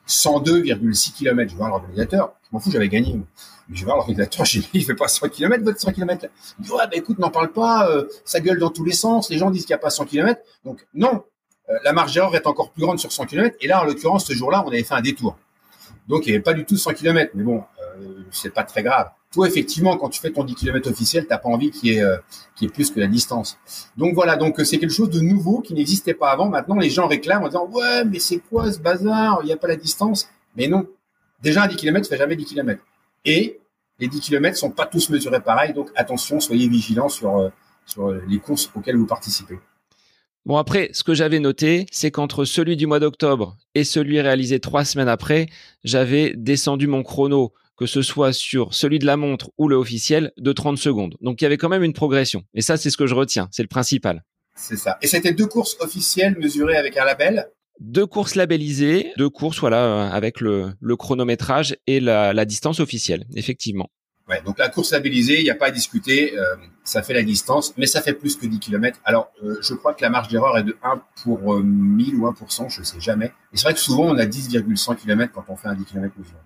102,6 km. Je vais voir l'organisateur. Je m'en fous, j'avais gagné. Mais je vais voir l'organisateur, il fait pas 100 km, votre 100 km. Il dit, ouais, écoute, n'en parle pas, ça gueule dans tous les sens. Les gens disent qu'il n'y a pas 100 km. Donc, non, la marge d'erreur est encore plus grande sur 100 km. Et là, en l'occurrence, ce jour-là, on avait fait un détour. Donc, il n'y avait pas du tout 100 km. Mais bon, c'est pas très grave. Toi, effectivement, quand tu fais ton 10 km officiel, t'as pas envie qu'il y ait plus que la distance. Donc voilà, donc c'est quelque chose de nouveau qui n'existait pas avant. Maintenant, les gens réclament en disant, ouais, mais c'est quoi ce bazar? Il n'y a pas la distance. Mais non. Déjà, un 10 km fait jamais 10 km. Et les 10 km sont pas tous mesurés pareil. Donc attention, soyez vigilants sur les courses auxquelles vous participez. Bon, après, ce que j'avais noté, c'est qu'entre celui du mois d'octobre et celui réalisé 3 semaines après, j'avais descendu mon chrono, que ce soit sur celui de la montre ou le officiel, de 30 secondes. Donc, il y avait quand même une progression. Et ça, c'est ce que je retiens. C'est le principal. C'est ça. Et c'était 2 courses officielles mesurées avec un label? 2 courses labellisées, 2 courses, voilà, avec le chronométrage et la distance officielle, effectivement. Ouais, donc la course labellisée, il n'y a pas à discuter, ça fait la distance, mais ça fait plus que 10 km. Alors, je crois que la marge d'erreur est de 1 pour 1000 ou 1%, je ne sais jamais. Et c'est vrai que souvent, on a 10,100 km quand on fait un 10 km mesuré.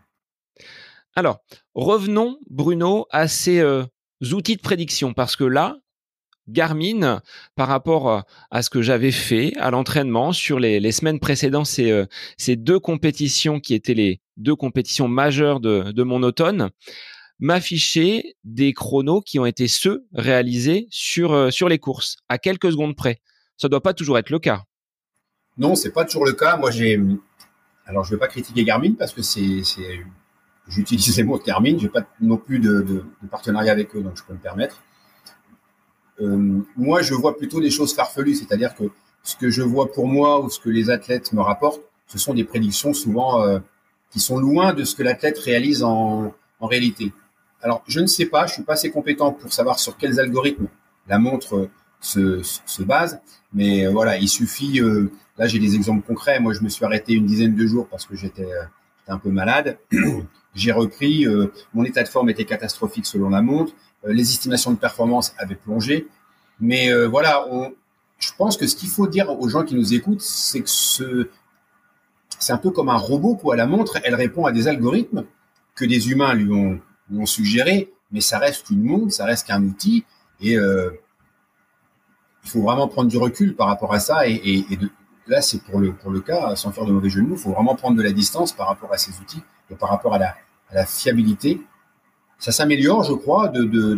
Alors, revenons, Bruno, à ces outils de prédiction, parce que là, Garmin par rapport à ce que j'avais fait à l'entraînement sur les semaines précédentes, ces deux compétitions qui étaient les deux compétitions majeures de mon automne, m'affichait des chronos qui ont été ceux réalisés sur les courses, à quelques secondes près. Ça doit pas toujours être le cas. Non, c'est pas toujours le cas. Moi, alors je vais pas critiquer Garmin parce que j'utilise les montres Garmin. J'ai pas non plus de partenariat avec eux, donc je peux me permettre. Moi, je vois plutôt des choses farfelues, c'est-à-dire que ce que je vois pour moi ou ce que les athlètes me rapportent, ce sont des prédictions souvent qui sont loin de ce que l'athlète réalise en réalité. Alors, je ne sais pas, je suis pas assez compétent pour savoir sur quels algorithmes la montre se base, mais voilà, il suffit. Là, j'ai des exemples concrets. Moi, je me suis arrêté une dizaine de jours parce que j'étais un peu malade. J'ai repris. Mon état de forme était catastrophique selon la montre. Les estimations de performance avaient plongé. Mais voilà, je pense que ce qu'il faut dire aux gens qui nous écoutent, c'est que c'est un peu comme un robot, quoi. La montre, elle répond à des algorithmes que des humains lui ont suggérés, mais ça reste une montre, ça reste qu'un outil. Et il faut vraiment prendre du recul par rapport à ça. Là, c'est pour le cas, sans faire de mauvais jeu de mots, il faut vraiment prendre de la distance par rapport à ces outils et par rapport à la fiabilité. Ça s'améliore, je crois,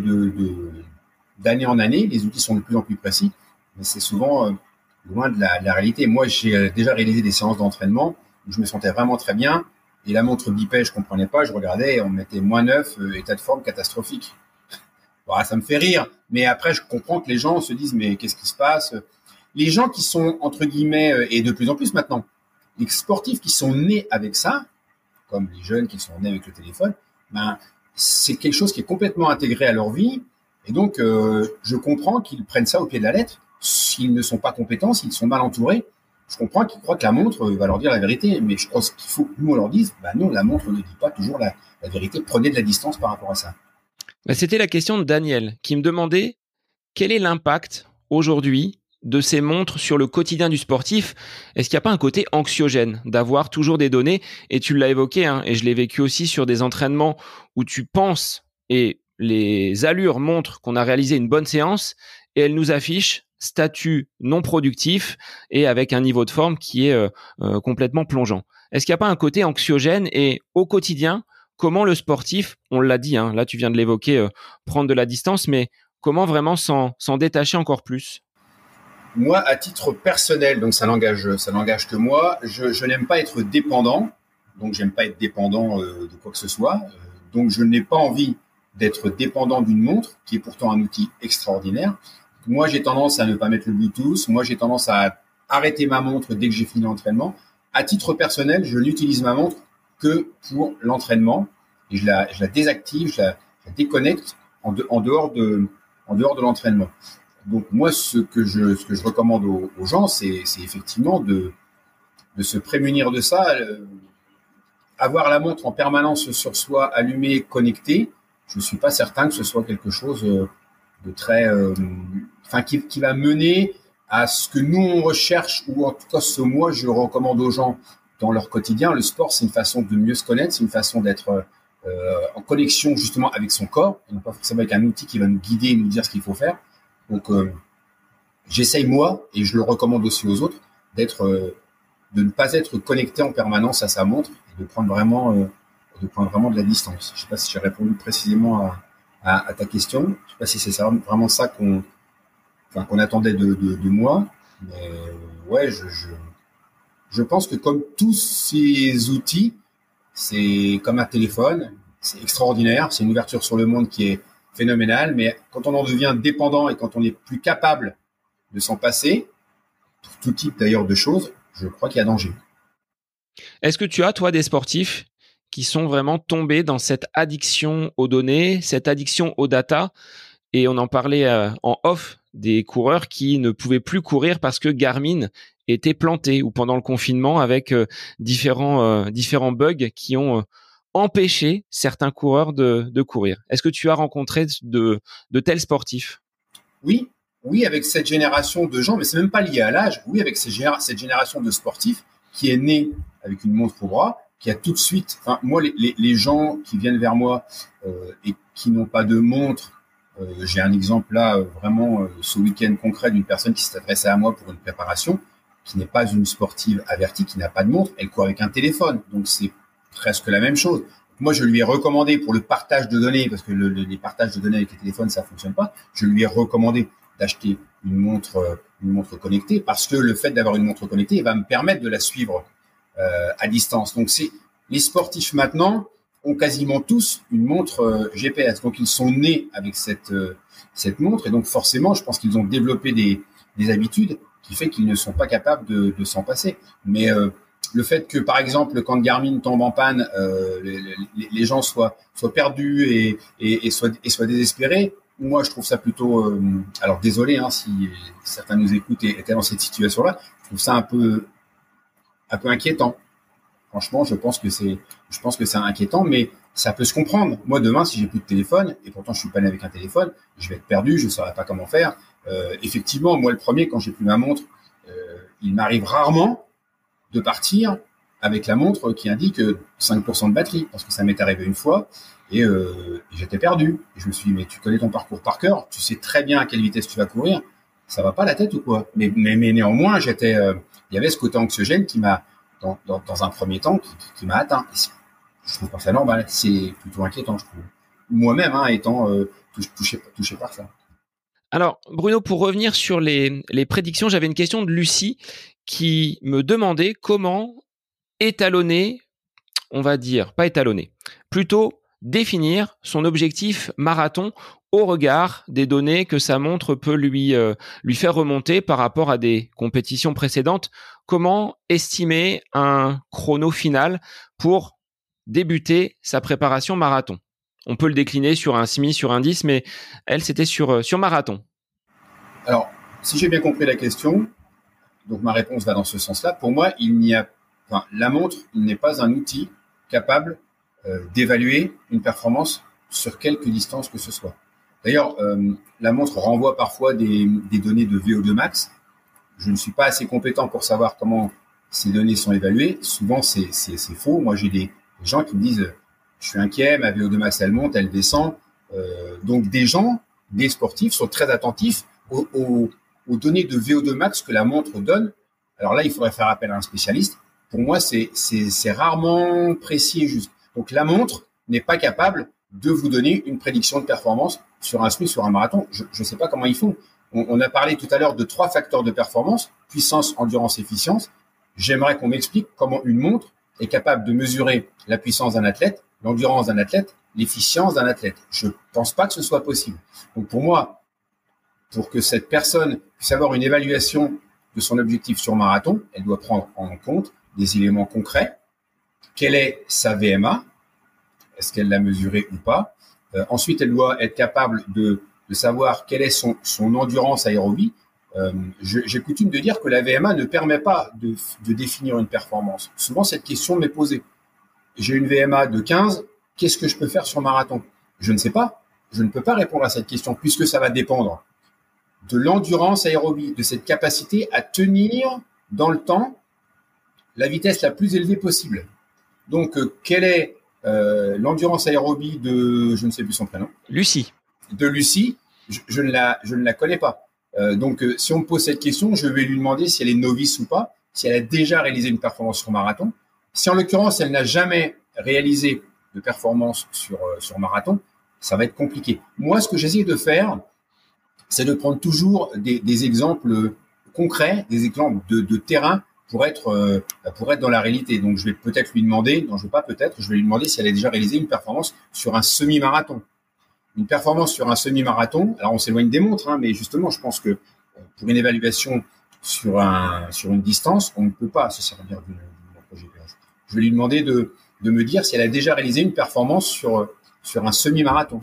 d'année en année. Les outils sont de plus en plus précis, mais c'est souvent loin de la réalité. Moi, j'ai déjà réalisé des séances d'entraînement où je me sentais vraiment très bien. Et la montre bipait, je comprenais pas. Je regardais, on mettait -9, état de forme catastrophique. Bon, ça me fait rire, mais après, je comprends que les gens se disent, mais qu'est-ce qui se passe? Les gens qui sont, entre guillemets, et de plus en plus maintenant, les sportifs qui sont nés avec ça, comme les jeunes qui sont nés avec le téléphone, ben, c'est quelque chose qui est complètement intégré à leur vie. Et donc, je comprends qu'ils prennent ça au pied de la lettre. S'ils ne sont pas compétents, s'ils sont mal entourés, je comprends qu'ils croient que la montre va leur dire la vérité. Mais je pense qu'il faut que nous, on leur dise, bah non, la montre ne dit pas toujours la vérité. Prenez de la distance par rapport à ça. C'était la question de Daniel qui me demandait quel est l'impact aujourd'hui de ces montres sur le quotidien du sportif. Est-ce qu'il n'y a pas un côté anxiogène d'avoir toujours des données? Et tu l'as évoqué, hein, et je l'ai vécu aussi sur des entraînements où tu penses et les allures montrent qu'on a réalisé une bonne séance et elles nous affichent statut non productif et avec un niveau de forme qui est complètement plongeant. Est-ce qu'il n'y a pas un côté anxiogène et au quotidien, comment le sportif, on l'a dit, hein, là tu viens de l'évoquer, prendre de la distance, mais comment vraiment s'en détacher encore plus? Moi, à titre personnel, donc ça n'engage que moi, je n'aime pas être dépendant, donc j'aime pas être dépendant de quoi que ce soit, donc je n'ai pas envie d'être dépendant d'une montre, qui est pourtant un outil extraordinaire. Moi, j'ai tendance à ne pas mettre le Bluetooth, moi j'ai tendance à arrêter ma montre dès que j'ai fini l'entraînement. À titre personnel, je n'utilise ma montre que pour l'entraînement, et je la désactive, je la déconnecte en dehors de l'entraînement. Donc moi, ce que je recommande aux gens, c'est effectivement de se prémunir de ça. Avoir la montre en permanence sur soi, allumée, connectée, je ne suis pas certain que ce soit quelque chose de très, qui va mener à ce que nous on recherche, ou en tout cas ce moi je recommande aux gens dans leur quotidien. Le sport, c'est une façon de mieux se connaître, c'est une façon d'être en connexion justement avec son corps, et non pas forcément avec un outil qui va nous guider et nous dire ce qu'il faut faire. Donc, j'essaye moi, et je le recommande aussi aux autres, de ne pas être connecté en permanence à sa montre et de prendre vraiment de la distance. Je ne sais pas si j'ai répondu précisément à ta question. Je ne sais pas si c'est vraiment ça qu'on attendait de moi. Mais ouais, je pense que comme tous ces outils, c'est comme un téléphone, c'est extraordinaire, c'est une ouverture sur le monde qui est phénoménal, mais quand on en devient dépendant et quand on n'est plus capable de s'en passer, pour tout type d'ailleurs de choses, je crois qu'il y a danger. Est-ce que tu as, toi, des sportifs qui sont vraiment tombés dans cette addiction aux données, cette addiction aux data? Et on en parlait en off, des coureurs qui ne pouvaient plus courir parce que Garmin était planté, ou pendant le confinement avec différents bugs qui ont empêché certains coureurs de courir. Est-ce que tu as rencontré de tels sportifs? Oui, avec cette génération de gens, mais c'est même pas lié à l'âge. Oui, avec cette génération de sportifs qui est née avec une montre au bras, qui a tout de suite. Enfin, moi, les gens qui viennent vers moi et qui n'ont pas de montre, J'ai un exemple là, vraiment, ce week-end concret d'une personne qui s'est adressée à moi pour une préparation, qui n'est pas une sportive avertie, qui n'a pas de montre, elle court avec un téléphone. Donc, c'est presque la même chose. Moi, je lui ai recommandé pour le partage de données, parce que les partages de données avec les téléphones, ça fonctionne pas. Je lui ai recommandé d'acheter une montre connectée, parce que le fait d'avoir une montre connectée va me permettre de la suivre à distance. Donc, les sportifs maintenant ont quasiment tous une montre GPS. Donc, ils sont nés avec cette montre, et donc forcément, je pense qu'ils ont développé des habitudes qui fait qu'ils ne sont pas capables de s'en passer. Mais le fait que, par exemple, quand Garmin tombe en panne, les gens soient perdus et soient désespérés, moi, je trouve ça plutôt... alors, désolé si certains nous écoutent et étaient dans cette situation-là, je trouve ça un peu inquiétant. Franchement, je pense que c'est inquiétant, mais ça peut se comprendre. Moi, demain, si j'ai plus de téléphone, et pourtant je suis pas né avec un téléphone, je vais être perdu, je ne saurais pas comment faire. Effectivement, moi, le premier, quand j'ai plus ma montre, il m'arrive rarement de partir avec la montre qui indique 5% de batterie, parce que ça m'est arrivé une fois, et j'étais perdu. Et je me suis dit, mais tu connais ton parcours par cœur, tu sais très bien à quelle vitesse tu vas courir, ça va pas la tête ou quoi? Mais néanmoins, il y avait ce côté anxiogène qui m'a, dans un premier temps, qui m'a atteint. Je trouve pas ça normal, c'est plutôt inquiétant, je trouve. Moi-même, étant touché par ça. Alors, Bruno, pour revenir sur les prédictions, j'avais une question de Lucie qui me demandait comment étalonner, on va dire, pas étalonner, plutôt définir son objectif marathon au regard des données que sa montre peut lui faire remonter par rapport à des compétitions précédentes. Comment estimer un chrono final pour débuter sa préparation marathon? On peut le décliner sur un semi, sur un 10, mais elle, c'était sur marathon. Alors, si j'ai bien compris la question, donc ma réponse va dans ce sens-là. Pour moi, la montre n'est pas un outil capable d'évaluer une performance sur quelque distance que ce soit. D'ailleurs, la montre renvoie parfois des données de VO2 max. Je ne suis pas assez compétent pour savoir comment ces données sont évaluées. Souvent, c'est faux. Moi, j'ai des gens qui me disent je suis inquiet, ma VO2 max, elle monte, elle descend. Donc, des sportifs sont très attentifs aux données de VO2 max que la montre donne. Alors là, il faudrait faire appel à un spécialiste. Pour moi, c'est rarement précis et juste. Donc, la montre n'est pas capable de vous donner une prédiction de performance sur un semi, sur un marathon. Je ne sais pas comment ils font. On a parlé tout à l'heure de 3 facteurs de performance, puissance, endurance, efficience. J'aimerais qu'on m'explique comment une montre est capable de mesurer la puissance d'un athlète, l'endurance d'un athlète, l'efficience d'un athlète. Je ne pense pas que ce soit possible. Donc pour moi, pour que cette personne puisse avoir une évaluation de son objectif sur marathon, elle doit prendre en compte des éléments concrets. Quelle est sa VMA? Est-ce qu'elle l'a mesurée ou pas? Ensuite, elle doit être capable de savoir quelle est son endurance aérobie. J'ai coutume de dire que la VMA ne permet pas de définir une performance. Souvent, cette question m'est posée. J'ai une VMA de 15, qu'est-ce que je peux faire sur marathon? Je ne sais pas. Je ne peux pas répondre à cette question puisque ça va dépendre de l'endurance aérobie, de cette capacité à tenir dans le temps la vitesse la plus élevée possible. Donc, quelle est l'endurance aérobie de, je ne sais plus son prénom. Lucie. De Lucie, je ne la connais pas. Donc, si on me pose cette question, je vais lui demander si elle est novice ou pas, si elle a déjà réalisé une performance sur marathon. Si en l'occurrence, elle n'a jamais réalisé de performance sur marathon, ça va être compliqué. Moi, ce que j'essaie de faire, c'est de prendre toujours des exemples concrets, des exemples de terrain pour être dans la réalité. Donc, je vais peut-être lui demander, non, je vais pas peut-être, je vais lui demander si elle a déjà réalisé une performance sur un semi-marathon. Une performance sur un semi-marathon, alors on s'éloigne des montres, mais justement, je pense que pour une évaluation sur une distance, on ne peut pas se servir d'une montre GPS. Je vais lui demander de me dire si elle a déjà réalisé une performance sur un semi-marathon.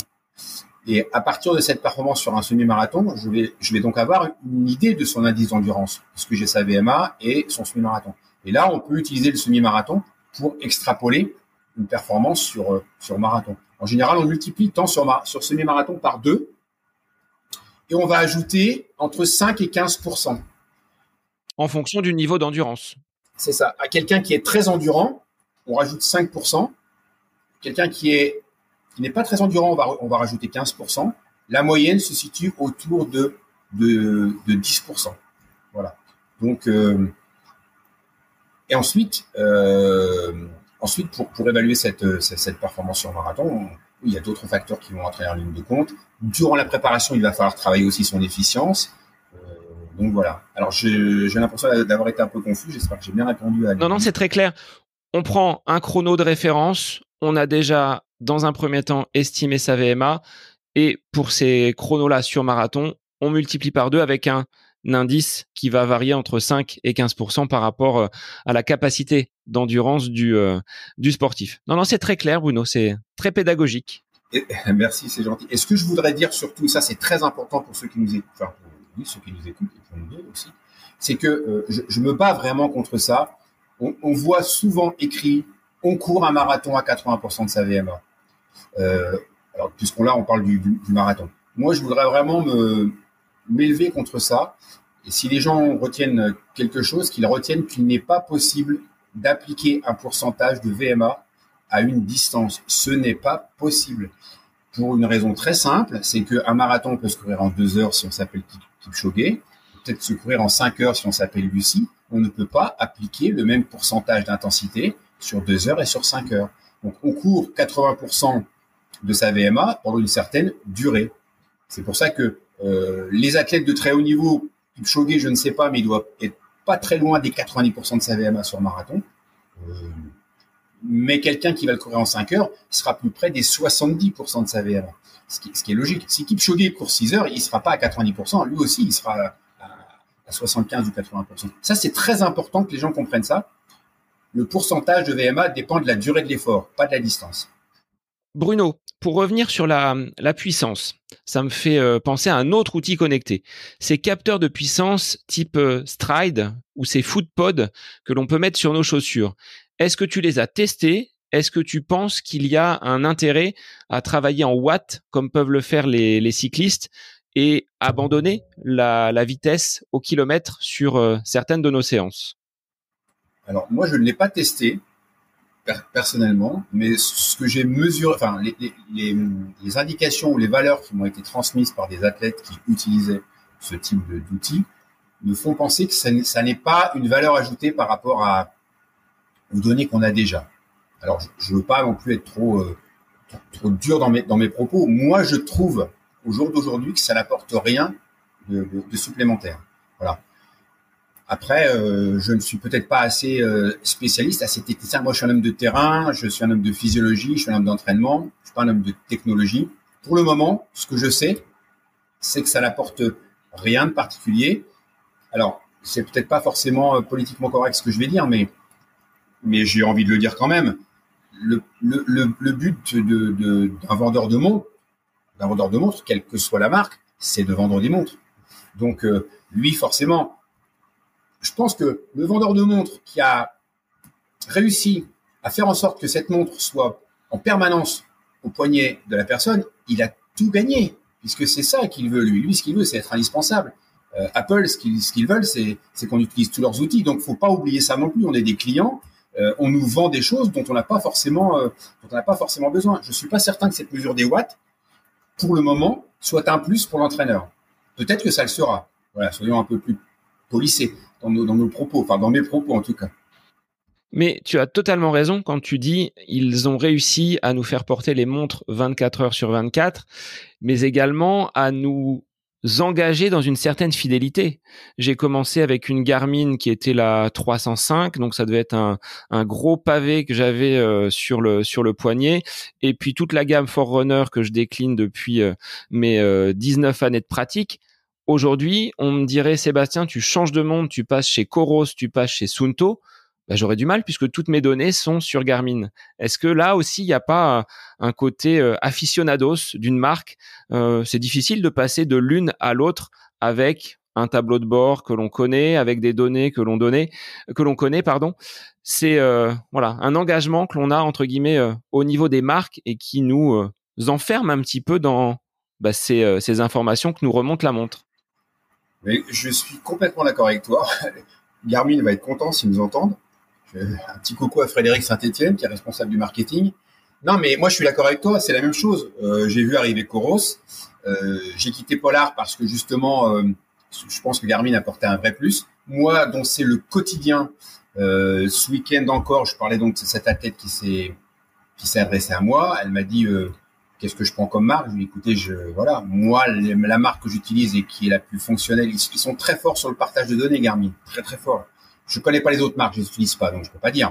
Et à partir de cette performance sur un semi-marathon, je vais donc avoir une idée de son indice d'endurance, puisque j'ai sa VMA et son semi-marathon. Et là, on peut utiliser le semi-marathon pour extrapoler une performance sur marathon. En général, on multiplie le temps sur semi-marathon par 2 et on va ajouter entre 5 et 15%. En fonction du niveau d'endurance. C'est ça. À quelqu'un qui est très endurant, on rajoute 5%. Quelqu'un qui n'est pas très endurant, on va rajouter 15%. La moyenne se situe autour de 10%. Voilà. Donc, et ensuite, pour évaluer cette performance sur marathon, il y a d'autres facteurs qui vont entrer en ligne de compte. Durant la préparation, il va falloir travailler aussi son efficience. Donc voilà. Alors j'ai l'impression d'avoir été un peu confus. J'espère que j'ai bien répondu à. Non, c'est très clair. On prend un chrono de référence. On a déjà, dans un premier temps, estimé sa VMA. Et pour ces chronos-là sur marathon, on multiplie par 2 avec un indice qui va varier entre 5 et 15% par rapport à la capacité d'endurance du sportif. Non, c'est très clair, Bruno. C'est très pédagogique. Merci, c'est gentil. Et ce que je voudrais dire surtout, ça c'est très important pour ceux qui nous écoutent, enfin pour ceux qui nous écoutent et pour nous aussi, c'est que je me bats vraiment contre ça. On voit souvent écrit « on court un marathon à 80% de sa VMA ». Alors, on parle du marathon. Moi, je voudrais vraiment m'élever contre ça. Et si les gens retiennent quelque chose, qu'ils retiennent qu'il n'est pas possible d'appliquer un pourcentage de VMA à une distance. Ce n'est pas possible. Pour une raison très simple, c'est qu'un marathon peut se courir en 2 heures si on s'appelle Kipchoge, peut-être se courir en 5 heures si on s'appelle Lucie. On ne peut pas appliquer le même pourcentage d'intensité sur 2 heures et sur 5 heures. Donc, on court 80% de sa VMA pendant une certaine durée. C'est pour ça que les athlètes de très haut niveau, Kipchoge, je ne sais pas, mais il doit être pas très loin des 90% de sa VMA sur marathon. Mais quelqu'un qui va le courir en 5 heures sera plus près des 70% de sa VMA. Ce qui est logique. Si Kipchoge court 6 heures, il ne sera pas à 90%. Lui aussi, il sera à 75 ou 80%. Ça, c'est très important que les gens comprennent ça. Le pourcentage de VMA dépend de la durée de l'effort, pas de la distance. Bruno, pour revenir sur la puissance, ça me fait penser à un autre outil connecté. Ces capteurs de puissance type Stride ou ces Footpod que l'on peut mettre sur nos chaussures. Est-ce que tu les as testés ? Est-ce que tu penses qu'il y a un intérêt à travailler en watts comme peuvent le faire les cyclistes et abandonner la vitesse au kilomètre sur certaines de nos séances ? Alors, moi, je ne l'ai pas testé personnellement, mais ce que j'ai mesuré, enfin, les indications ou les valeurs qui m'ont été transmises par des athlètes qui utilisaient ce type d'outils me font penser que ça n'est pas une valeur ajoutée par rapport aux données qu'on a déjà. Alors, je veux pas non plus être trop dur dans mes propos. Moi, je trouve au jour d'aujourd'hui que ça n'apporte rien de supplémentaire. Voilà. Après, je ne suis peut-être pas assez spécialiste, assez technicien. Moi, je suis un homme de terrain, je suis un homme de physiologie, je suis un homme d'entraînement, je suis pas un homme de technologie. Pour le moment, ce que je sais, c'est que ça n'apporte rien de particulier. Alors, c'est peut-être pas forcément politiquement correct ce que je vais dire, mais j'ai envie de le dire quand même. Le but d'un vendeur de montres, quelle que soit la marque, c'est de vendre des montres. Donc, lui, forcément, je pense que le vendeur de montres qui a réussi à faire en sorte que cette montre soit en permanence au poignet de la personne, il a tout gagné, puisque c'est ça qu'il veut, lui. Lui, ce qu'il veut, c'est être indispensable. Apple, ce qu'ils veulent, c'est qu'on utilise tous leurs outils. Donc, faut pas oublier ça non plus. On est des clients. On nous vend des choses dont on n'a pas forcément besoin. Je suis pas certain que cette mesure des watts, pour le moment, soit un plus pour l'entraîneur. Peut-être que ça le sera. Voilà, soyons un peu plus polissés dans nos propos, enfin dans mes propos en tout cas. Mais tu as totalement raison quand tu dis ils ont réussi à nous faire porter les montres 24 heures sur 24, mais également à nous engager dans une certaine fidélité. J'ai commencé avec une Garmin qui était la 305, donc ça devait être un gros pavé que j'avais sur le poignet, et puis toute la gamme Forerunner que je décline depuis mes 19 années de pratique. Aujourd'hui, on me dirait Sébastien, tu changes de montre, tu passes chez Coros, tu passes chez Suunto. Ben, j'aurais du mal puisque toutes mes données sont sur Garmin. Est-ce que là aussi, il n'y a pas un côté aficionados d'une marque ? C'est difficile de passer de l'une à l'autre avec un tableau de bord que l'on connaît, avec des données que l'on connaît, pardon. C'est voilà, un engagement que l'on a entre guillemets au niveau des marques et qui nous enferme un petit peu dans ces informations que nous remonte la montre. Mais je suis complètement d'accord avec toi. Garmin va être content s'ils nous entendent. Un petit coucou à Frédéric Saint-Etienne, qui est responsable du marketing. Non, mais moi, je suis d'accord avec toi. C'est la même chose. J'ai vu arriver Coros. J'ai quitté Polar parce que justement, je pense que Garmin apportait un vrai plus. Moi, dont c'est le quotidien, ce week-end encore, je parlais donc de cette athlète qui s'est adressée à moi. Elle m'a dit qu'est-ce que je prends comme marque. Je lui ai dit, écoutez, voilà, moi, la marque que j'utilise et qui est la plus fonctionnelle, ils sont très forts sur le partage de données, Garmin, très très fort. Je connais pas les autres marques, je les utilise pas, donc je peux pas dire.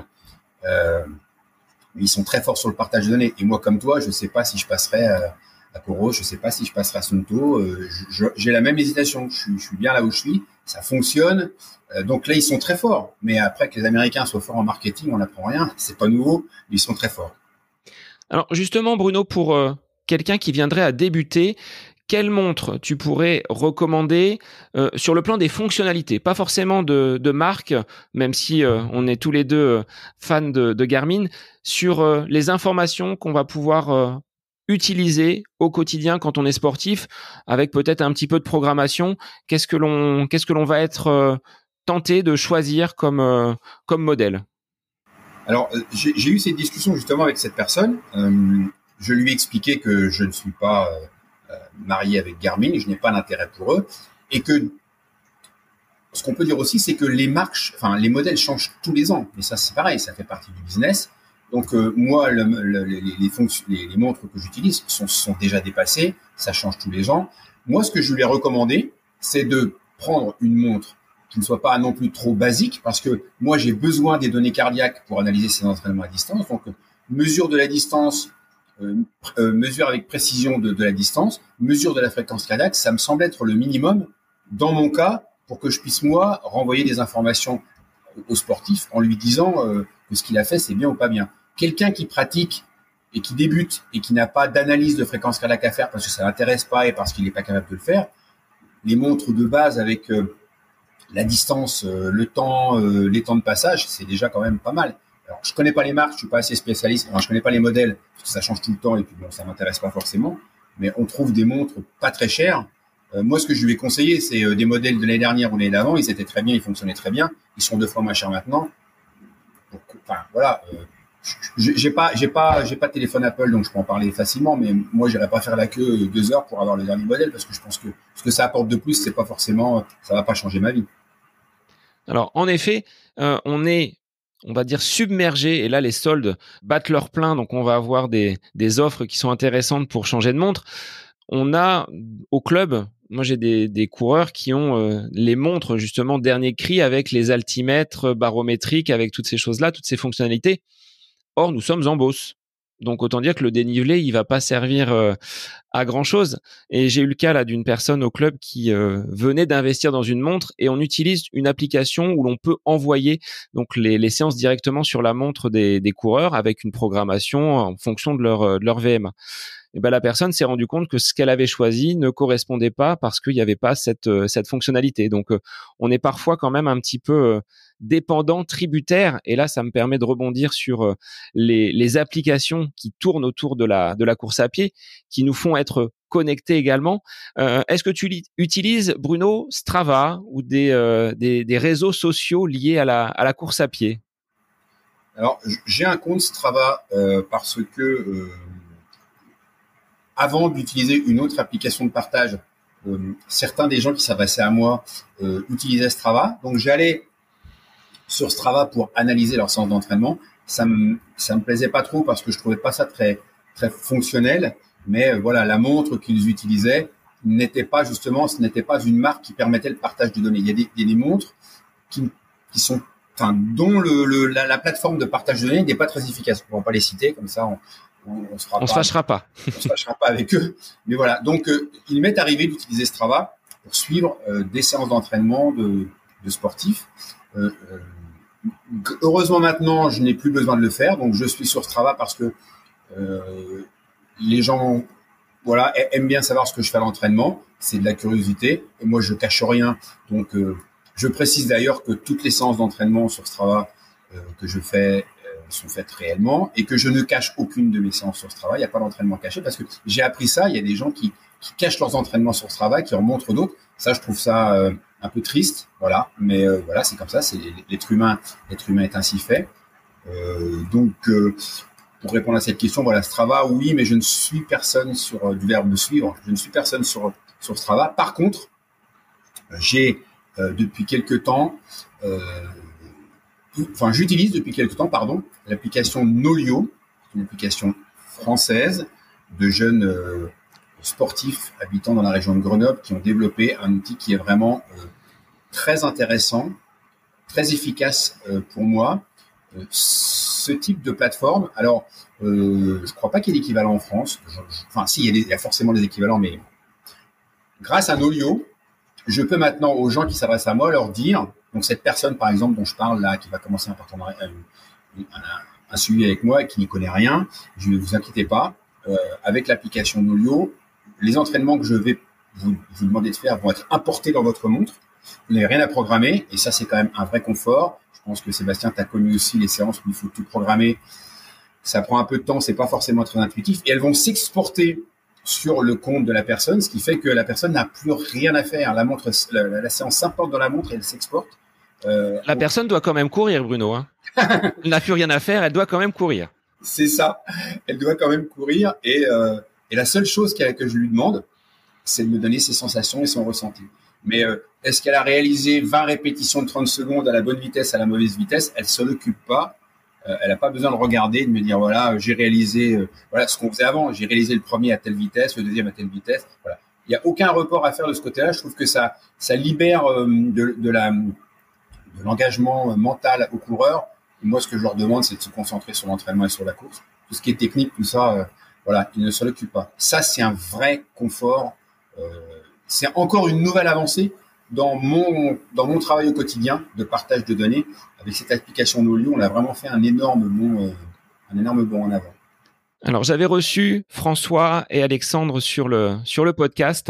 Ils sont très forts sur le partage de données. Et moi, comme toi, je sais pas si je passerai à Coros, je sais pas si je passerai à Suunto. J'ai la même hésitation. Je suis bien là où je suis. Ça fonctionne. Donc là, ils sont très forts. Mais après que les Américains soient forts en marketing, on n'apprend rien. C'est pas nouveau. Mais ils sont très forts. Alors justement, Bruno, pour quelqu'un qui viendrait à débuter, quelle montre tu pourrais recommander sur le plan des fonctionnalités, pas forcément de marque, même si on est tous les deux fans de Garmin, sur les informations qu'on va pouvoir utiliser au quotidien quand on est sportif, avec peut-être un petit peu de programmation. Qu'est-ce que l'on va être tenté de choisir comme modèle? Alors, j'ai eu cette discussion justement avec cette personne. Je lui ai expliqué que je ne suis pas marié avec Garmin, je n'ai pas d'intérêt pour eux, et que ce qu'on peut dire aussi, c'est que les modèles changent tous les ans. Et ça, c'est pareil, ça fait partie du business. Donc moi, les montres que j'utilise sont déjà dépassées, ça change tous les ans. Moi, ce que je lui ai recommandé, c'est de prendre une montre qui ne soit pas non plus trop basique, parce que moi, j'ai besoin des données cardiaques pour analyser ces entraînements à distance. Donc, mesure de la distance, mesure avec précision de la distance, mesure de la fréquence cardiaque, ça me semble être le minimum dans mon cas pour que je puisse, moi, renvoyer des informations au sportif en lui disant que ce qu'il a fait, c'est bien ou pas bien. Quelqu'un qui pratique et qui débute et qui n'a pas d'analyse de fréquence cardiaque à faire parce que ça ne l'intéresse pas et parce qu'il n'est pas capable de le faire, les montres de base avec la distance, le temps, les temps de passage, c'est déjà quand même pas mal. Alors, je connais pas les marques, je suis pas assez spécialiste. Alors, je connais pas les modèles parce que ça change tout le temps et puis bon, ça m'intéresse pas forcément. Mais on trouve des montres pas très chères. Moi, ce que je lui ai conseillé, c'est des modèles de l'année dernière ou l'année d'avant. Ils étaient très bien, ils fonctionnaient très bien. Ils sont 2 fois moins chers maintenant. Donc, enfin, voilà. J'ai pas de téléphone Apple, donc je peux en parler facilement. Mais moi, j'irai pas faire la queue 2 heures pour avoir le dernier modèle parce que je pense que ce que ça apporte de plus, c'est pas forcément, ça va pas changer ma vie. Alors, en effet, on va dire submergé, et là les soldes battent leur plein, donc on va avoir des offres qui sont intéressantes pour changer de montre. On a au club, moi j'ai des coureurs qui ont les montres justement dernier cri avec les altimètres barométriques, avec toutes ces choses-là, toutes ces fonctionnalités. Or, nous sommes en Beauce. Donc, autant dire que le dénivelé, il va pas servir à grand chose. Et j'ai eu le cas là d'une personne au club qui venait d'investir dans une montre et on utilise une application où l'on peut envoyer donc les séances directement sur la montre des coureurs avec une programmation en fonction de leur VMA. Et ben la personne s'est rendue compte que ce qu'elle avait choisi ne correspondait pas parce qu'il n'y avait pas cette fonctionnalité. Donc on est parfois quand même un petit peu dépendant, tributaire. Et là, ça me permet de rebondir sur les applications qui tournent autour de la course à pied, qui nous font être connectés également. Est-ce que tu utilises, Bruno, Strava ou des réseaux sociaux liés à la course à pied? Alors, j'ai un compte Strava parce que avant d'utiliser une autre application de partage, certains des gens qui s'adressaient à moi utilisaient Strava. Donc, j'allais sur Strava pour analyser leur séance d'entraînement. Ça me plaisait pas trop parce que je trouvais pas ça très très fonctionnel. Mais voilà, la montre qu'ils utilisaient n'était pas justement, ce n'était pas une marque qui permettait le partage de données. Il y a des montres qui sont, enfin, dont la plateforme de partage de données n'est pas très efficace. On va pas les citer comme ça. On se fâchera pas. On se fâchera pas avec eux. Mais voilà. Donc, il m'est arrivé d'utiliser Strava pour suivre des séances d'entraînement de sportifs. Heureusement, maintenant, je n'ai plus besoin de le faire. Donc, je suis sur Strava parce que les gens, voilà, aiment bien savoir ce que je fais à l'entraînement. C'est de la curiosité. Et moi, je cache rien. Donc, je précise d'ailleurs que toutes les séances d'entraînement sur Strava que je fais sont faites réellement et que je ne cache aucune de mes séances sur Strava. Il n'y a pas d'entraînement caché parce que j'ai appris ça. Il y a des gens qui cachent leurs entraînements sur Strava, qui en montrent d'autres. Ça, je trouve ça un peu triste. Voilà. Mais voilà, c'est comme ça. C'est l'être humain est ainsi fait. Donc, pour répondre à cette question, voilà, Strava, oui, mais je ne suis personne sur du verbe suivre. Je ne suis personne sur Strava. Par contre, j'ai depuis quelques temps, j'utilise depuis quelques temps, l'application Nolio, une application française de jeunes sportifs habitant dans la région de Grenoble qui ont développé un outil qui est vraiment très intéressant, très efficace pour moi. Ce type de plateforme, alors je ne crois pas qu'il y ait d'équivalent en France. Si, il y a forcément des équivalents, mais grâce à Nolio, je peux maintenant aux gens qui s'adressent à moi leur dire, donc cette personne par exemple dont je parle là, qui va commencer un partenariat, un suivi avec moi et qui n'y connaît rien, je ne vous inquiétez pas, avec l'application Nolio, les entraînements que je vais vous demander de faire vont être importés dans votre montre. Vous n'avez rien à programmer et ça c'est quand même un vrai confort. Je pense que Sébastien, tu as connu aussi les séances où il faut tout programmer. Ça prend un peu de temps, c'est pas forcément très intuitif et elles vont s'exporter sur le compte de la personne, ce qui fait que la personne n'a plus rien à faire. La montre, la séance s'importe dans la montre et elle s'exporte. La personne doit quand même courir, Bruno. Hein. Elle n'a plus rien à faire, elle doit quand même courir. C'est ça, elle doit quand même courir et la seule chose que je lui demande, c'est de me donner ses sensations et son ressenti. Mais est-ce qu'elle a réalisé 20 répétitions de 30 secondes à la bonne vitesse, à la mauvaise vitesse? Elle ne s'en occupe pas. Elle n'a pas besoin de regarder, de me dire, voilà, j'ai réalisé voilà ce qu'on faisait avant. J'ai réalisé le premier à telle vitesse, le deuxième à telle vitesse. Voilà. Il n'y a aucun report à faire de ce côté-là. Je trouve que ça libère de l'engagement mental aux coureurs. Et moi, ce que je leur demande, c'est de se concentrer sur l'entraînement et sur la course. Tout ce qui est technique, tout ça, voilà, ils ne s'en occupent pas. Ça, c'est un vrai confort. C'est encore une nouvelle avancée dans mon travail au quotidien de partage de données. Avec cette application Nolio, on a vraiment fait un énorme bond en avant. Alors, j'avais reçu François et Alexandre sur le podcast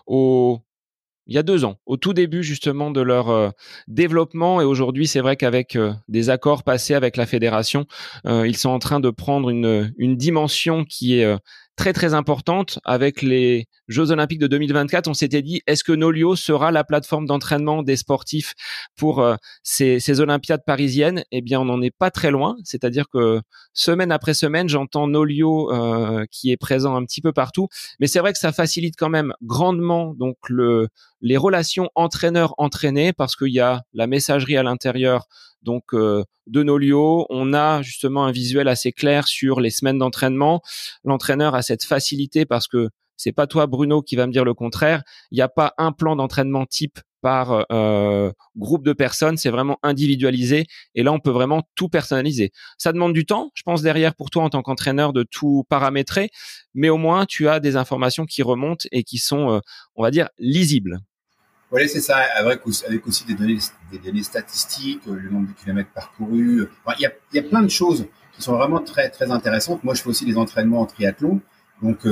il y a 2 ans, au tout début justement de leur développement. Et aujourd'hui, c'est vrai qu'avec des accords passés avec la fédération, ils sont en train de prendre une dimension qui est très très importante. Avec les Jeux Olympiques de 2024, on s'était dit, est-ce que Nolio sera la plateforme d'entraînement des sportifs pour ces Olympiades parisiennes? Eh bien, on n'en est pas très loin. C'est-à-dire que semaine après semaine, j'entends Nolio qui est présent un petit peu partout. Mais c'est vrai que ça facilite quand même grandement donc les relations entraîneur-entraîné, parce qu'il y a la messagerie à l'intérieur donc de Nolio. On a justement un visuel assez clair sur les semaines d'entraînement. L'entraîneur a cette facilité, parce que c'est pas toi, Bruno, qui va me dire le contraire. Il n'y a pas un plan d'entraînement type par groupe de personnes, c'est vraiment individualisé et là on peut vraiment tout personnaliser. Ça demande du temps, je pense, derrière pour toi en tant qu'entraîneur de tout paramétrer, mais au moins tu as des informations qui remontent et qui sont, on va dire, lisibles. Oui, c'est ça, avec aussi des données statistiques, le nombre de kilomètres parcourus. Enfin, il y a plein de choses qui sont vraiment très, très intéressantes. Moi, je fais aussi des entraînements en triathlon. Donc,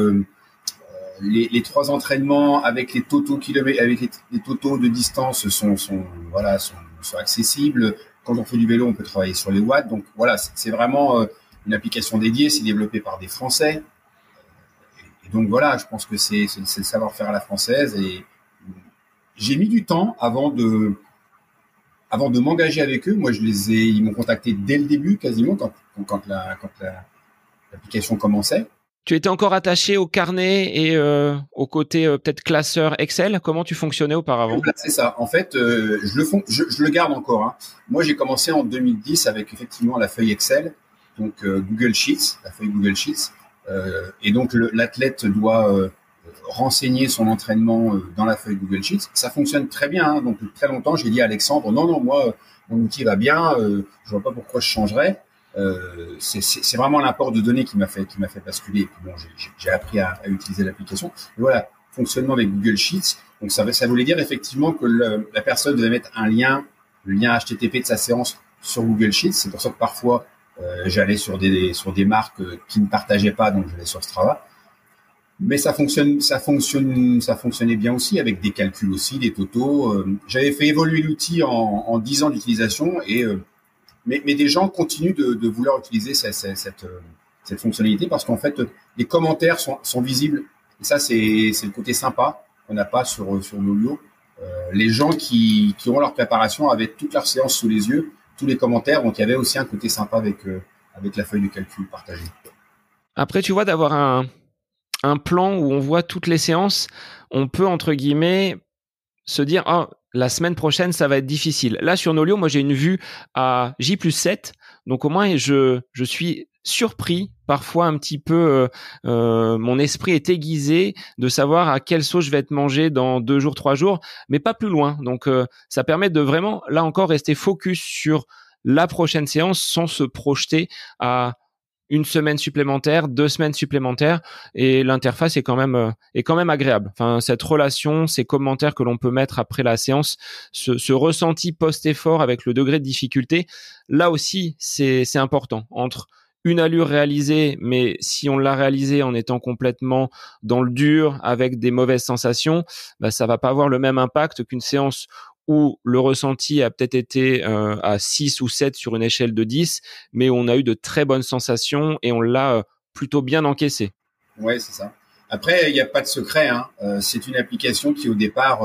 les 3 entraînements avec les totaux kilomètres, avec les totaux de distance sont accessibles. Quand on fait du vélo, on peut travailler sur les watts. Donc, voilà, c'est vraiment une application dédiée. C'est développé par des Français. Et donc, voilà, je pense que c'est le savoir-faire à la française. Et j'ai mis du temps avant de m'engager avec eux. Moi, ils m'ont contacté dès le début, quasiment, quand l'application commençait. Tu étais encore attaché au carnet et au côté peut-être classeur Excel. Comment tu fonctionnais auparavant? C'est ça. En fait, je le garde encore. Hein. Moi, j'ai commencé en 2010 avec effectivement la feuille Excel, donc Google Sheets, la feuille Google Sheets. Et donc, l'athlète doit renseigner son entraînement dans la feuille Google Sheets. Ça fonctionne très bien. Hein. Donc, très longtemps, j'ai dit à Alexandre, non, moi, mon outil va bien. Je vois pas pourquoi je changerais. C'est vraiment l'apport de données qui m'a fait basculer. Et puis bon, j'ai appris à utiliser l'application. Et voilà, fonctionnement avec Google Sheets. Donc ça voulait dire effectivement que la personne devait mettre le lien HTTP de sa séance sur Google Sheets. C'est pour ça que parfois j'allais sur des marques qui ne partageaient pas, donc j'allais sur Strava. Mais ça fonctionnait bien aussi avec des calculs aussi, des totaux. J'avais fait évoluer l'outil en 10 ans d'utilisation et mais des gens continuent de vouloir utiliser cette fonctionnalité parce qu'en fait, les commentaires sont visibles. Et ça, c'est le côté sympa qu'on n'a pas sur Nolio. Les gens qui ont leur préparation avaient toute leur séance sous les yeux, tous les commentaires. Donc, il y avait aussi un côté sympa avec la feuille de calcul partagée. Après, tu vois, d'avoir un plan où on voit toutes les séances, on peut, entre guillemets, se dire, ah, la semaine prochaine, ça va être difficile. Là, sur Nolio, moi, j'ai une vue à J+7. Donc, au moins, je suis surpris, parfois un petit peu, mon esprit est aiguisé de savoir à quelle sauce je vais être mangé dans 2 jours, 3 jours, mais pas plus loin. Donc, ça permet de vraiment, là encore, rester focus sur la prochaine séance sans se projeter à une semaine supplémentaire, 2 semaines supplémentaires, et l'interface est quand même agréable. Enfin, cette relation, ces commentaires que l'on peut mettre après la séance, ce ressenti post-effort avec le degré de difficulté, là aussi, c'est important. Entre une allure réalisée, mais si on l'a réalisée en étant complètement dans le dur, avec des mauvaises sensations, bah, ça va pas avoir le même impact qu'une séance où le ressenti a peut-être été à 6 ou 7 sur une échelle de 10, mais on a eu de très bonnes sensations et on l'a plutôt bien encaissé. Ouais, c'est ça. Après, il n'y a pas de secret, hein. C'est une application qui, au départ,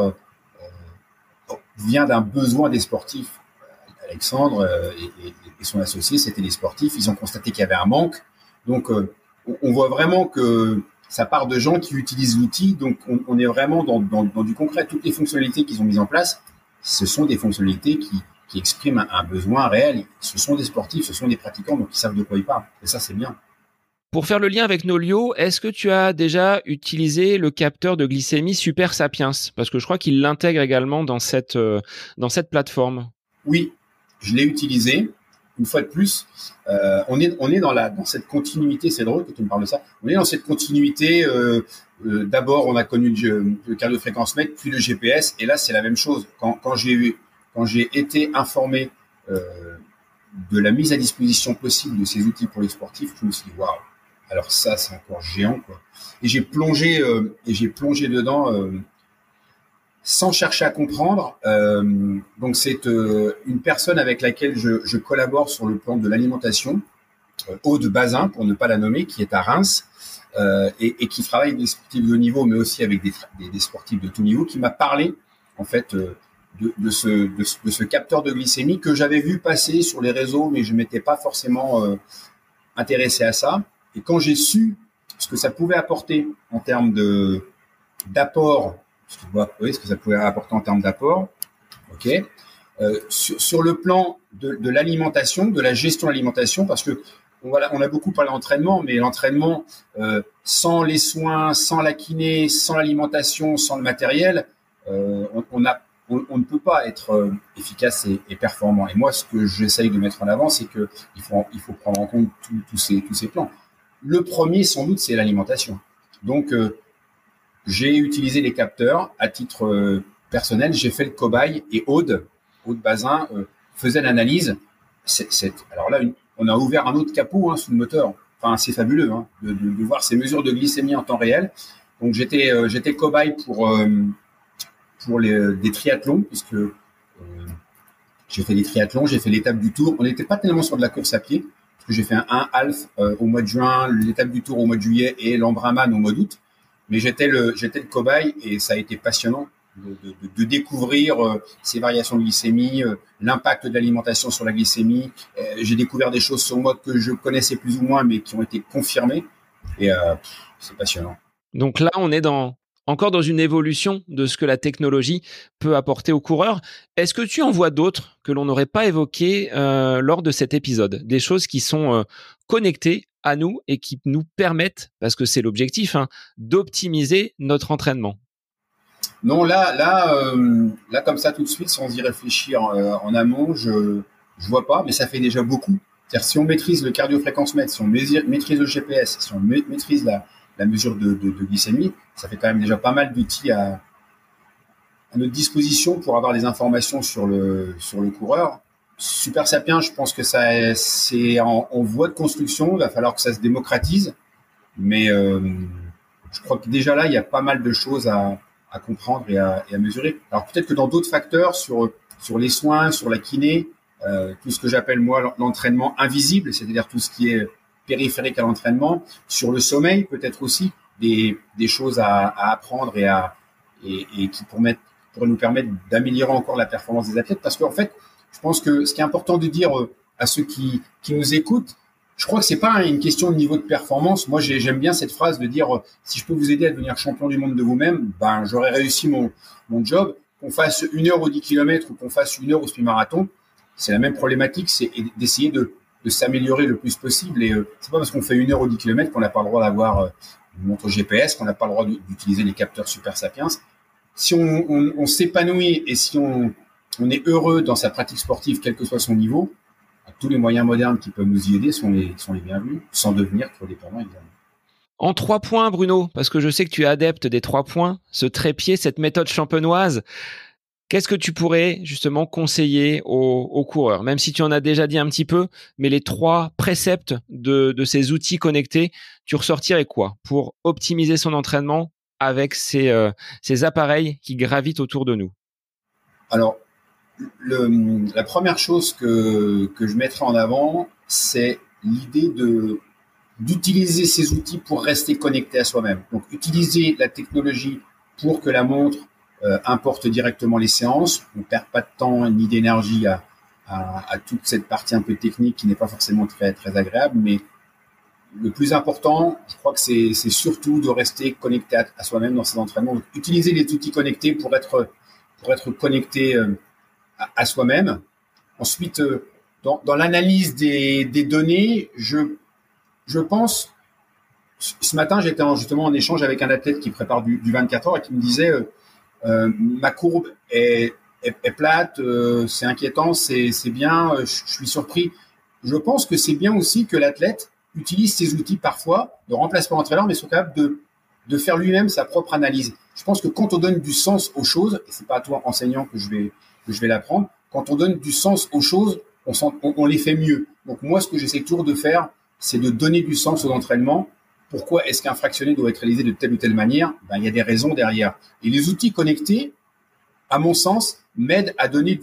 vient d'un besoin des sportifs. Alexandre et son associé, c'était les sportifs. Ils ont constaté qu'il y avait un manque. Donc, on voit vraiment que ça part de gens qui utilisent l'outil. Donc, on est vraiment dans du concret. Toutes les fonctionnalités qu'ils ont mises en place, ce sont des fonctionnalités qui expriment un besoin réel. Ce sont des sportifs, ce sont des pratiquants, donc ils savent de quoi ils parlent. Et ça, c'est bien. Pour faire le lien avec Nolio, est-ce que tu as déjà utilisé le capteur de glycémie Super Sapiens? Parce que je crois qu'il l'intègre également dans cette plateforme. Oui, je l'ai utilisé. Une fois de plus, on est dans cette continuité. C'est drôle que tu me parles de ça. On est dans cette continuité. D'abord, on a connu le cardio-fréquence-mètre, puis le GPS, et là, c'est la même chose. Quand j'ai été informé de la mise à disposition possible de ces outils pour les sportifs, je me suis dit waouh. Alors ça, c'est encore géant, quoi. Et j'ai plongé dedans. Sans chercher à comprendre. Donc, c'est une personne avec laquelle je collabore sur le plan de l'alimentation, Aude Bazin, pour ne pas la nommer, qui est à Reims, et qui travaille avec des sportifs de haut niveau, mais aussi avec des sportifs de tout niveau, qui m'a parlé, en fait, de ce capteur de glycémie que j'avais vu passer sur les réseaux, mais je ne m'étais pas forcément intéressé à ça. Et quand j'ai su ce que ça pouvait apporter en termes d'apport, ce que ça pouvait apporter en termes d'apport. Ok. Sur le plan de l'alimentation, de la gestion de l'alimentation, parce que on a beaucoup parlé d'entraînement, mais l'entraînement sans les soins, sans la kiné, sans l'alimentation, sans le matériel, on ne peut pas être efficace et performant. Et moi, ce que j'essaye de mettre en avant, c'est que il faut prendre en compte tous ces plans. Le premier, sans doute, c'est l'alimentation. Donc j'ai utilisé les capteurs à titre personnel. J'ai fait le cobaye et Aude Bazin faisait l'analyse. Alors là, on a ouvert un autre capot sous le moteur. Enfin, c'est fabuleux de voir ces mesures de glycémie en temps réel. Donc j'étais cobaye pour des triathlons, puisque j'ai fait des triathlons, j'ai fait l'étape du Tour. On n'était pas tellement sur de la course à pied, parce que j'ai fait un half au mois de juin, l'étape du Tour au mois de juillet et l'Ambraman au mois d'août. Mais j'étais le cobaye et ça a été passionnant de découvrir ces variations de glycémie, l'impact de l'alimentation sur la glycémie. J'ai découvert des choses sur moi que je connaissais plus ou moins, mais qui ont été confirmées. Et c'est passionnant. Donc là, on est encore dans une évolution de ce que la technologie peut apporter aux coureurs. Est-ce que tu en vois d'autres que l'on n'aurait pas évoquées lors de cet épisode? Des choses qui sont connectées à nous et qui nous permettent, parce que c'est l'objectif, d'optimiser notre entraînement. Non, là, comme ça, tout de suite, sans y réfléchir en amont, je vois pas, mais ça fait déjà beaucoup. C'est-à-dire, si on maîtrise le cardio-fréquence-mètre, si on maîtrise le GPS, si on maîtrise la mesure de glycémie, ça fait quand même déjà pas mal d'outils à notre disposition pour avoir des informations sur le coureur. Super Sapiens, je pense que c'est en voie de construction. Il va falloir que ça se démocratise. Mais je crois que déjà là, il y a pas mal de choses à comprendre et à mesurer. Alors peut-être que dans d'autres facteurs, sur les soins, sur la kiné, tout ce que j'appelle moi l'entraînement invisible, c'est-à-dire tout ce qui est périphérique à l'entraînement, sur le sommeil peut-être aussi, des choses à apprendre et qui pourraient nous permettre d'améliorer encore la performance des athlètes. Parce qu'en fait, je pense que ce qui est important de dire à ceux qui nous écoutent, Je crois que c'est pas une question de niveau de performance. Moi, j'aime bien cette phrase de dire si je peux vous aider à devenir champion du monde de vous-même, ben j'aurais réussi mon job. Qu'on fasse 1 heure au 10 km ou qu'on fasse 1 heure au semi-marathon, c'est la même problématique, c'est d'essayer de s'améliorer le plus possible. Et c'est pas parce qu'on fait 1 heure au 10 km qu'on n'a pas le droit d'avoir une montre GPS, qu'on n'a pas le droit d'utiliser les capteurs Super Sapiens. Si on s'épanouit et si on est heureux dans sa pratique sportive, quel que soit son niveau, tous les moyens modernes qui peuvent nous y aider sont les bienvenus, sans devenir trop dépendants, évidemment. En 3 points, Bruno, parce que je sais que tu es adepte des 3 points, ce trépied, cette méthode champenoise, qu'est-ce que tu pourrais justement conseiller aux coureurs, même si tu en as déjà dit un petit peu, mais les 3 préceptes de ces outils connectés, tu ressortirais quoi pour optimiser son entraînement avec ces appareils qui gravitent autour de nous? Alors, la première chose que je mettrai en avant, c'est l'idée d'utiliser ces outils pour rester connecté à soi-même. Donc, utiliser la technologie pour que la montre importe directement les séances. On ne perd pas de temps ni d'énergie à toute cette partie un peu technique qui n'est pas forcément très, très agréable. Mais le plus important, je crois que c'est surtout de rester connecté à soi-même dans ses entraînements. Donc, utiliser les outils connectés pour être connecté à soi-même. Ensuite, dans l'analyse des données, je pense, ce matin, j'étais justement en échange avec un athlète qui prépare du 24 heures et qui me disait ma courbe est plate, c'est inquiétant, c'est bien, je suis surpris. Je pense que c'est bien aussi que l'athlète utilise ces outils parfois de remplacement d'entraîneur, mais soit capable de faire lui-même sa propre analyse. Je pense que quand on donne du sens aux choses, et c'est pas à toi enseignant que je vais l'apprendre, quand on donne du sens aux choses, on les fait mieux. Donc moi, ce que j'essaie toujours de faire, c'est de donner du sens aux entraînements. Pourquoi est-ce qu'un fractionné doit être réalisé de telle ou telle manière? Ben, il y a des raisons derrière. Et les outils connectés, à mon sens, m'aident à donner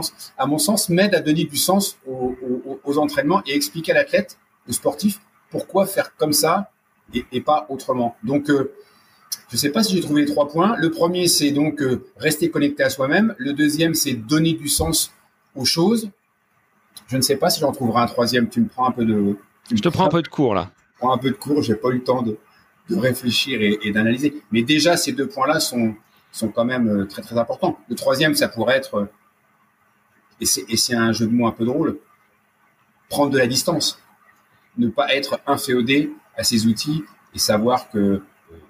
du sens aux entraînements et expliquer à l'athlète, au sportif, pourquoi faire comme ça et pas autrement. Donc, je ne sais pas si j'ai trouvé les 3 points. Le premier, c'est donc rester connecté à soi-même. Le deuxième, c'est donner du sens aux choses. Je ne sais pas si j'en trouverai un troisième. Tu me prends un peu de... Je te prends un peu de cours, là. Je prends un peu de cours. Je n'ai pas eu le temps de réfléchir et d'analyser. Mais déjà, ces 2 points-là sont quand même très, très importants. Le troisième, ça pourrait être, et c'est un jeu de mots un peu drôle, prendre de la distance. Ne pas être inféodé à ces outils et savoir que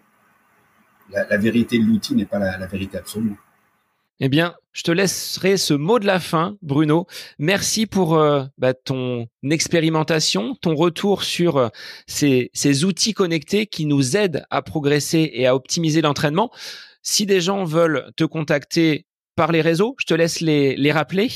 la vérité de l'outil n'est pas la vérité absolue. Eh bien, je te laisserai ce mot de la fin, Bruno. Merci pour ton expérimentation, ton retour sur ces outils connectés qui nous aident à progresser et à optimiser l'entraînement. Si des gens veulent te contacter par les réseaux, je te laisse les rappeler.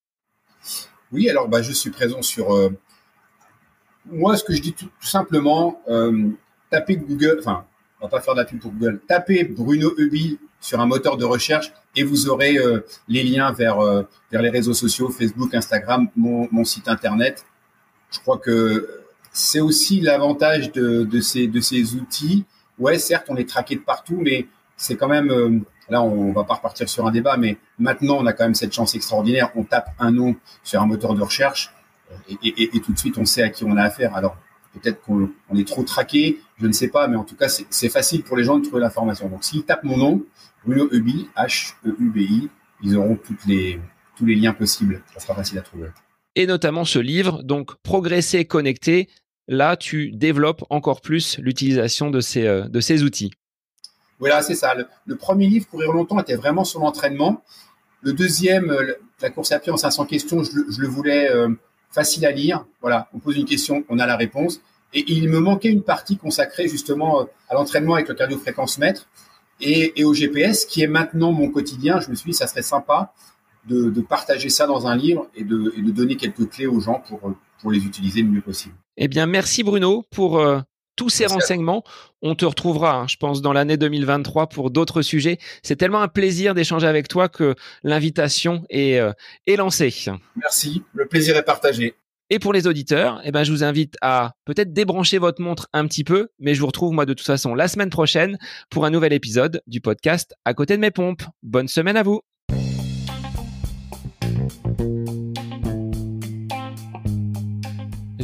Oui, alors je suis présent sur... moi, ce que je dis tout simplement, tapez Google, enfin, on va pas faire de la pub pour Google, tapez Bruno Hubi sur un moteur de recherche et vous aurez les liens vers les réseaux sociaux, Facebook, Instagram, mon site internet. Je crois que c'est aussi l'avantage de ces outils. Ouais, certes, on est traqué de partout, mais c'est quand même... là, on va pas repartir sur un débat, mais maintenant, on a quand même cette chance extraordinaire. On tape un nom sur un moteur de recherche et tout de suite, on sait à qui on a affaire. Alors, peut-être qu'on est trop traqué, je ne sais pas, mais en tout cas, c'est facile pour les gens de trouver l'information. Donc, s'ils tapent mon nom, Bruno Hubi, H-E-U-B-I, ils auront tous les liens possibles. Ça sera facile à trouver. Et notamment ce livre, donc Progresser connecté. Là, tu développes encore plus l'utilisation de ces outils. Voilà, c'est ça. Le premier livre, Courir longtemps, était vraiment sur l'entraînement. Le deuxième, la course à pied en 500 questions, je le voulais facile à lire. Voilà, on pose une question, on a la réponse. Et il me manquait une partie consacrée justement à l'entraînement avec le cardio-fréquence-mètre et au GPS, qui est maintenant mon quotidien. Je me suis dit, ça serait sympa de partager ça dans un livre et de donner quelques clés aux gens pour les utiliser le mieux possible. Eh bien, merci Bruno pour tous ces renseignements. On te retrouvera, je pense, dans l'année 2023 pour d'autres sujets. C'est tellement un plaisir d'échanger avec toi que l'invitation est lancée. Merci, le plaisir est partagé. Et pour les auditeurs, je vous invite à peut-être débrancher votre montre un petit peu, mais je vous retrouve moi de toute façon la semaine prochaine pour un nouvel épisode du podcast À côté de mes pompes. Bonne semaine à vous.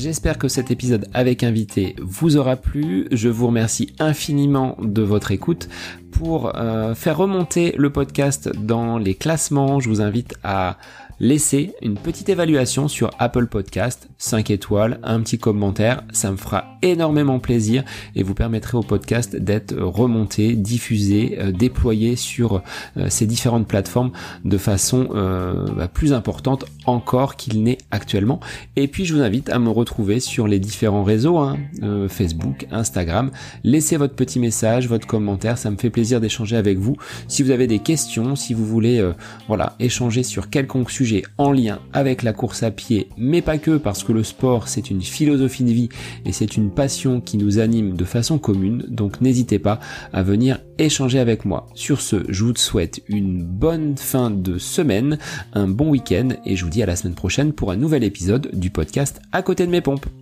J'espère que cet épisode avec invité vous aura plu. Je vous remercie infiniment de votre écoute. Pour faire remonter le podcast dans les classements, je vous invite à laisser une petite évaluation sur Apple Podcast, 5 étoiles, un petit commentaire, ça me fera énormément plaisir et vous permettrez au podcast d'être remonté, diffusé, déployé sur ces différentes plateformes de façon plus importante encore qu'il n'est actuellement. Et puis je vous invite à me retrouver sur les différents réseaux, Facebook, Instagram. Laissez votre petit message, votre commentaire, ça me fait plaisir d'échanger avec vous. Si vous avez des questions, si vous voulez échanger sur quelconque sujet en lien avec la course à pied, mais pas que, parce que le sport c'est une philosophie de vie et c'est une passion qui nous anime de façon commune, donc n'hésitez pas à venir échanger avec moi. Sur ce, je vous souhaite une bonne fin de semaine, un bon week-end et je vous dis à la semaine prochaine pour un nouvel épisode du podcast À côté de mes pompes.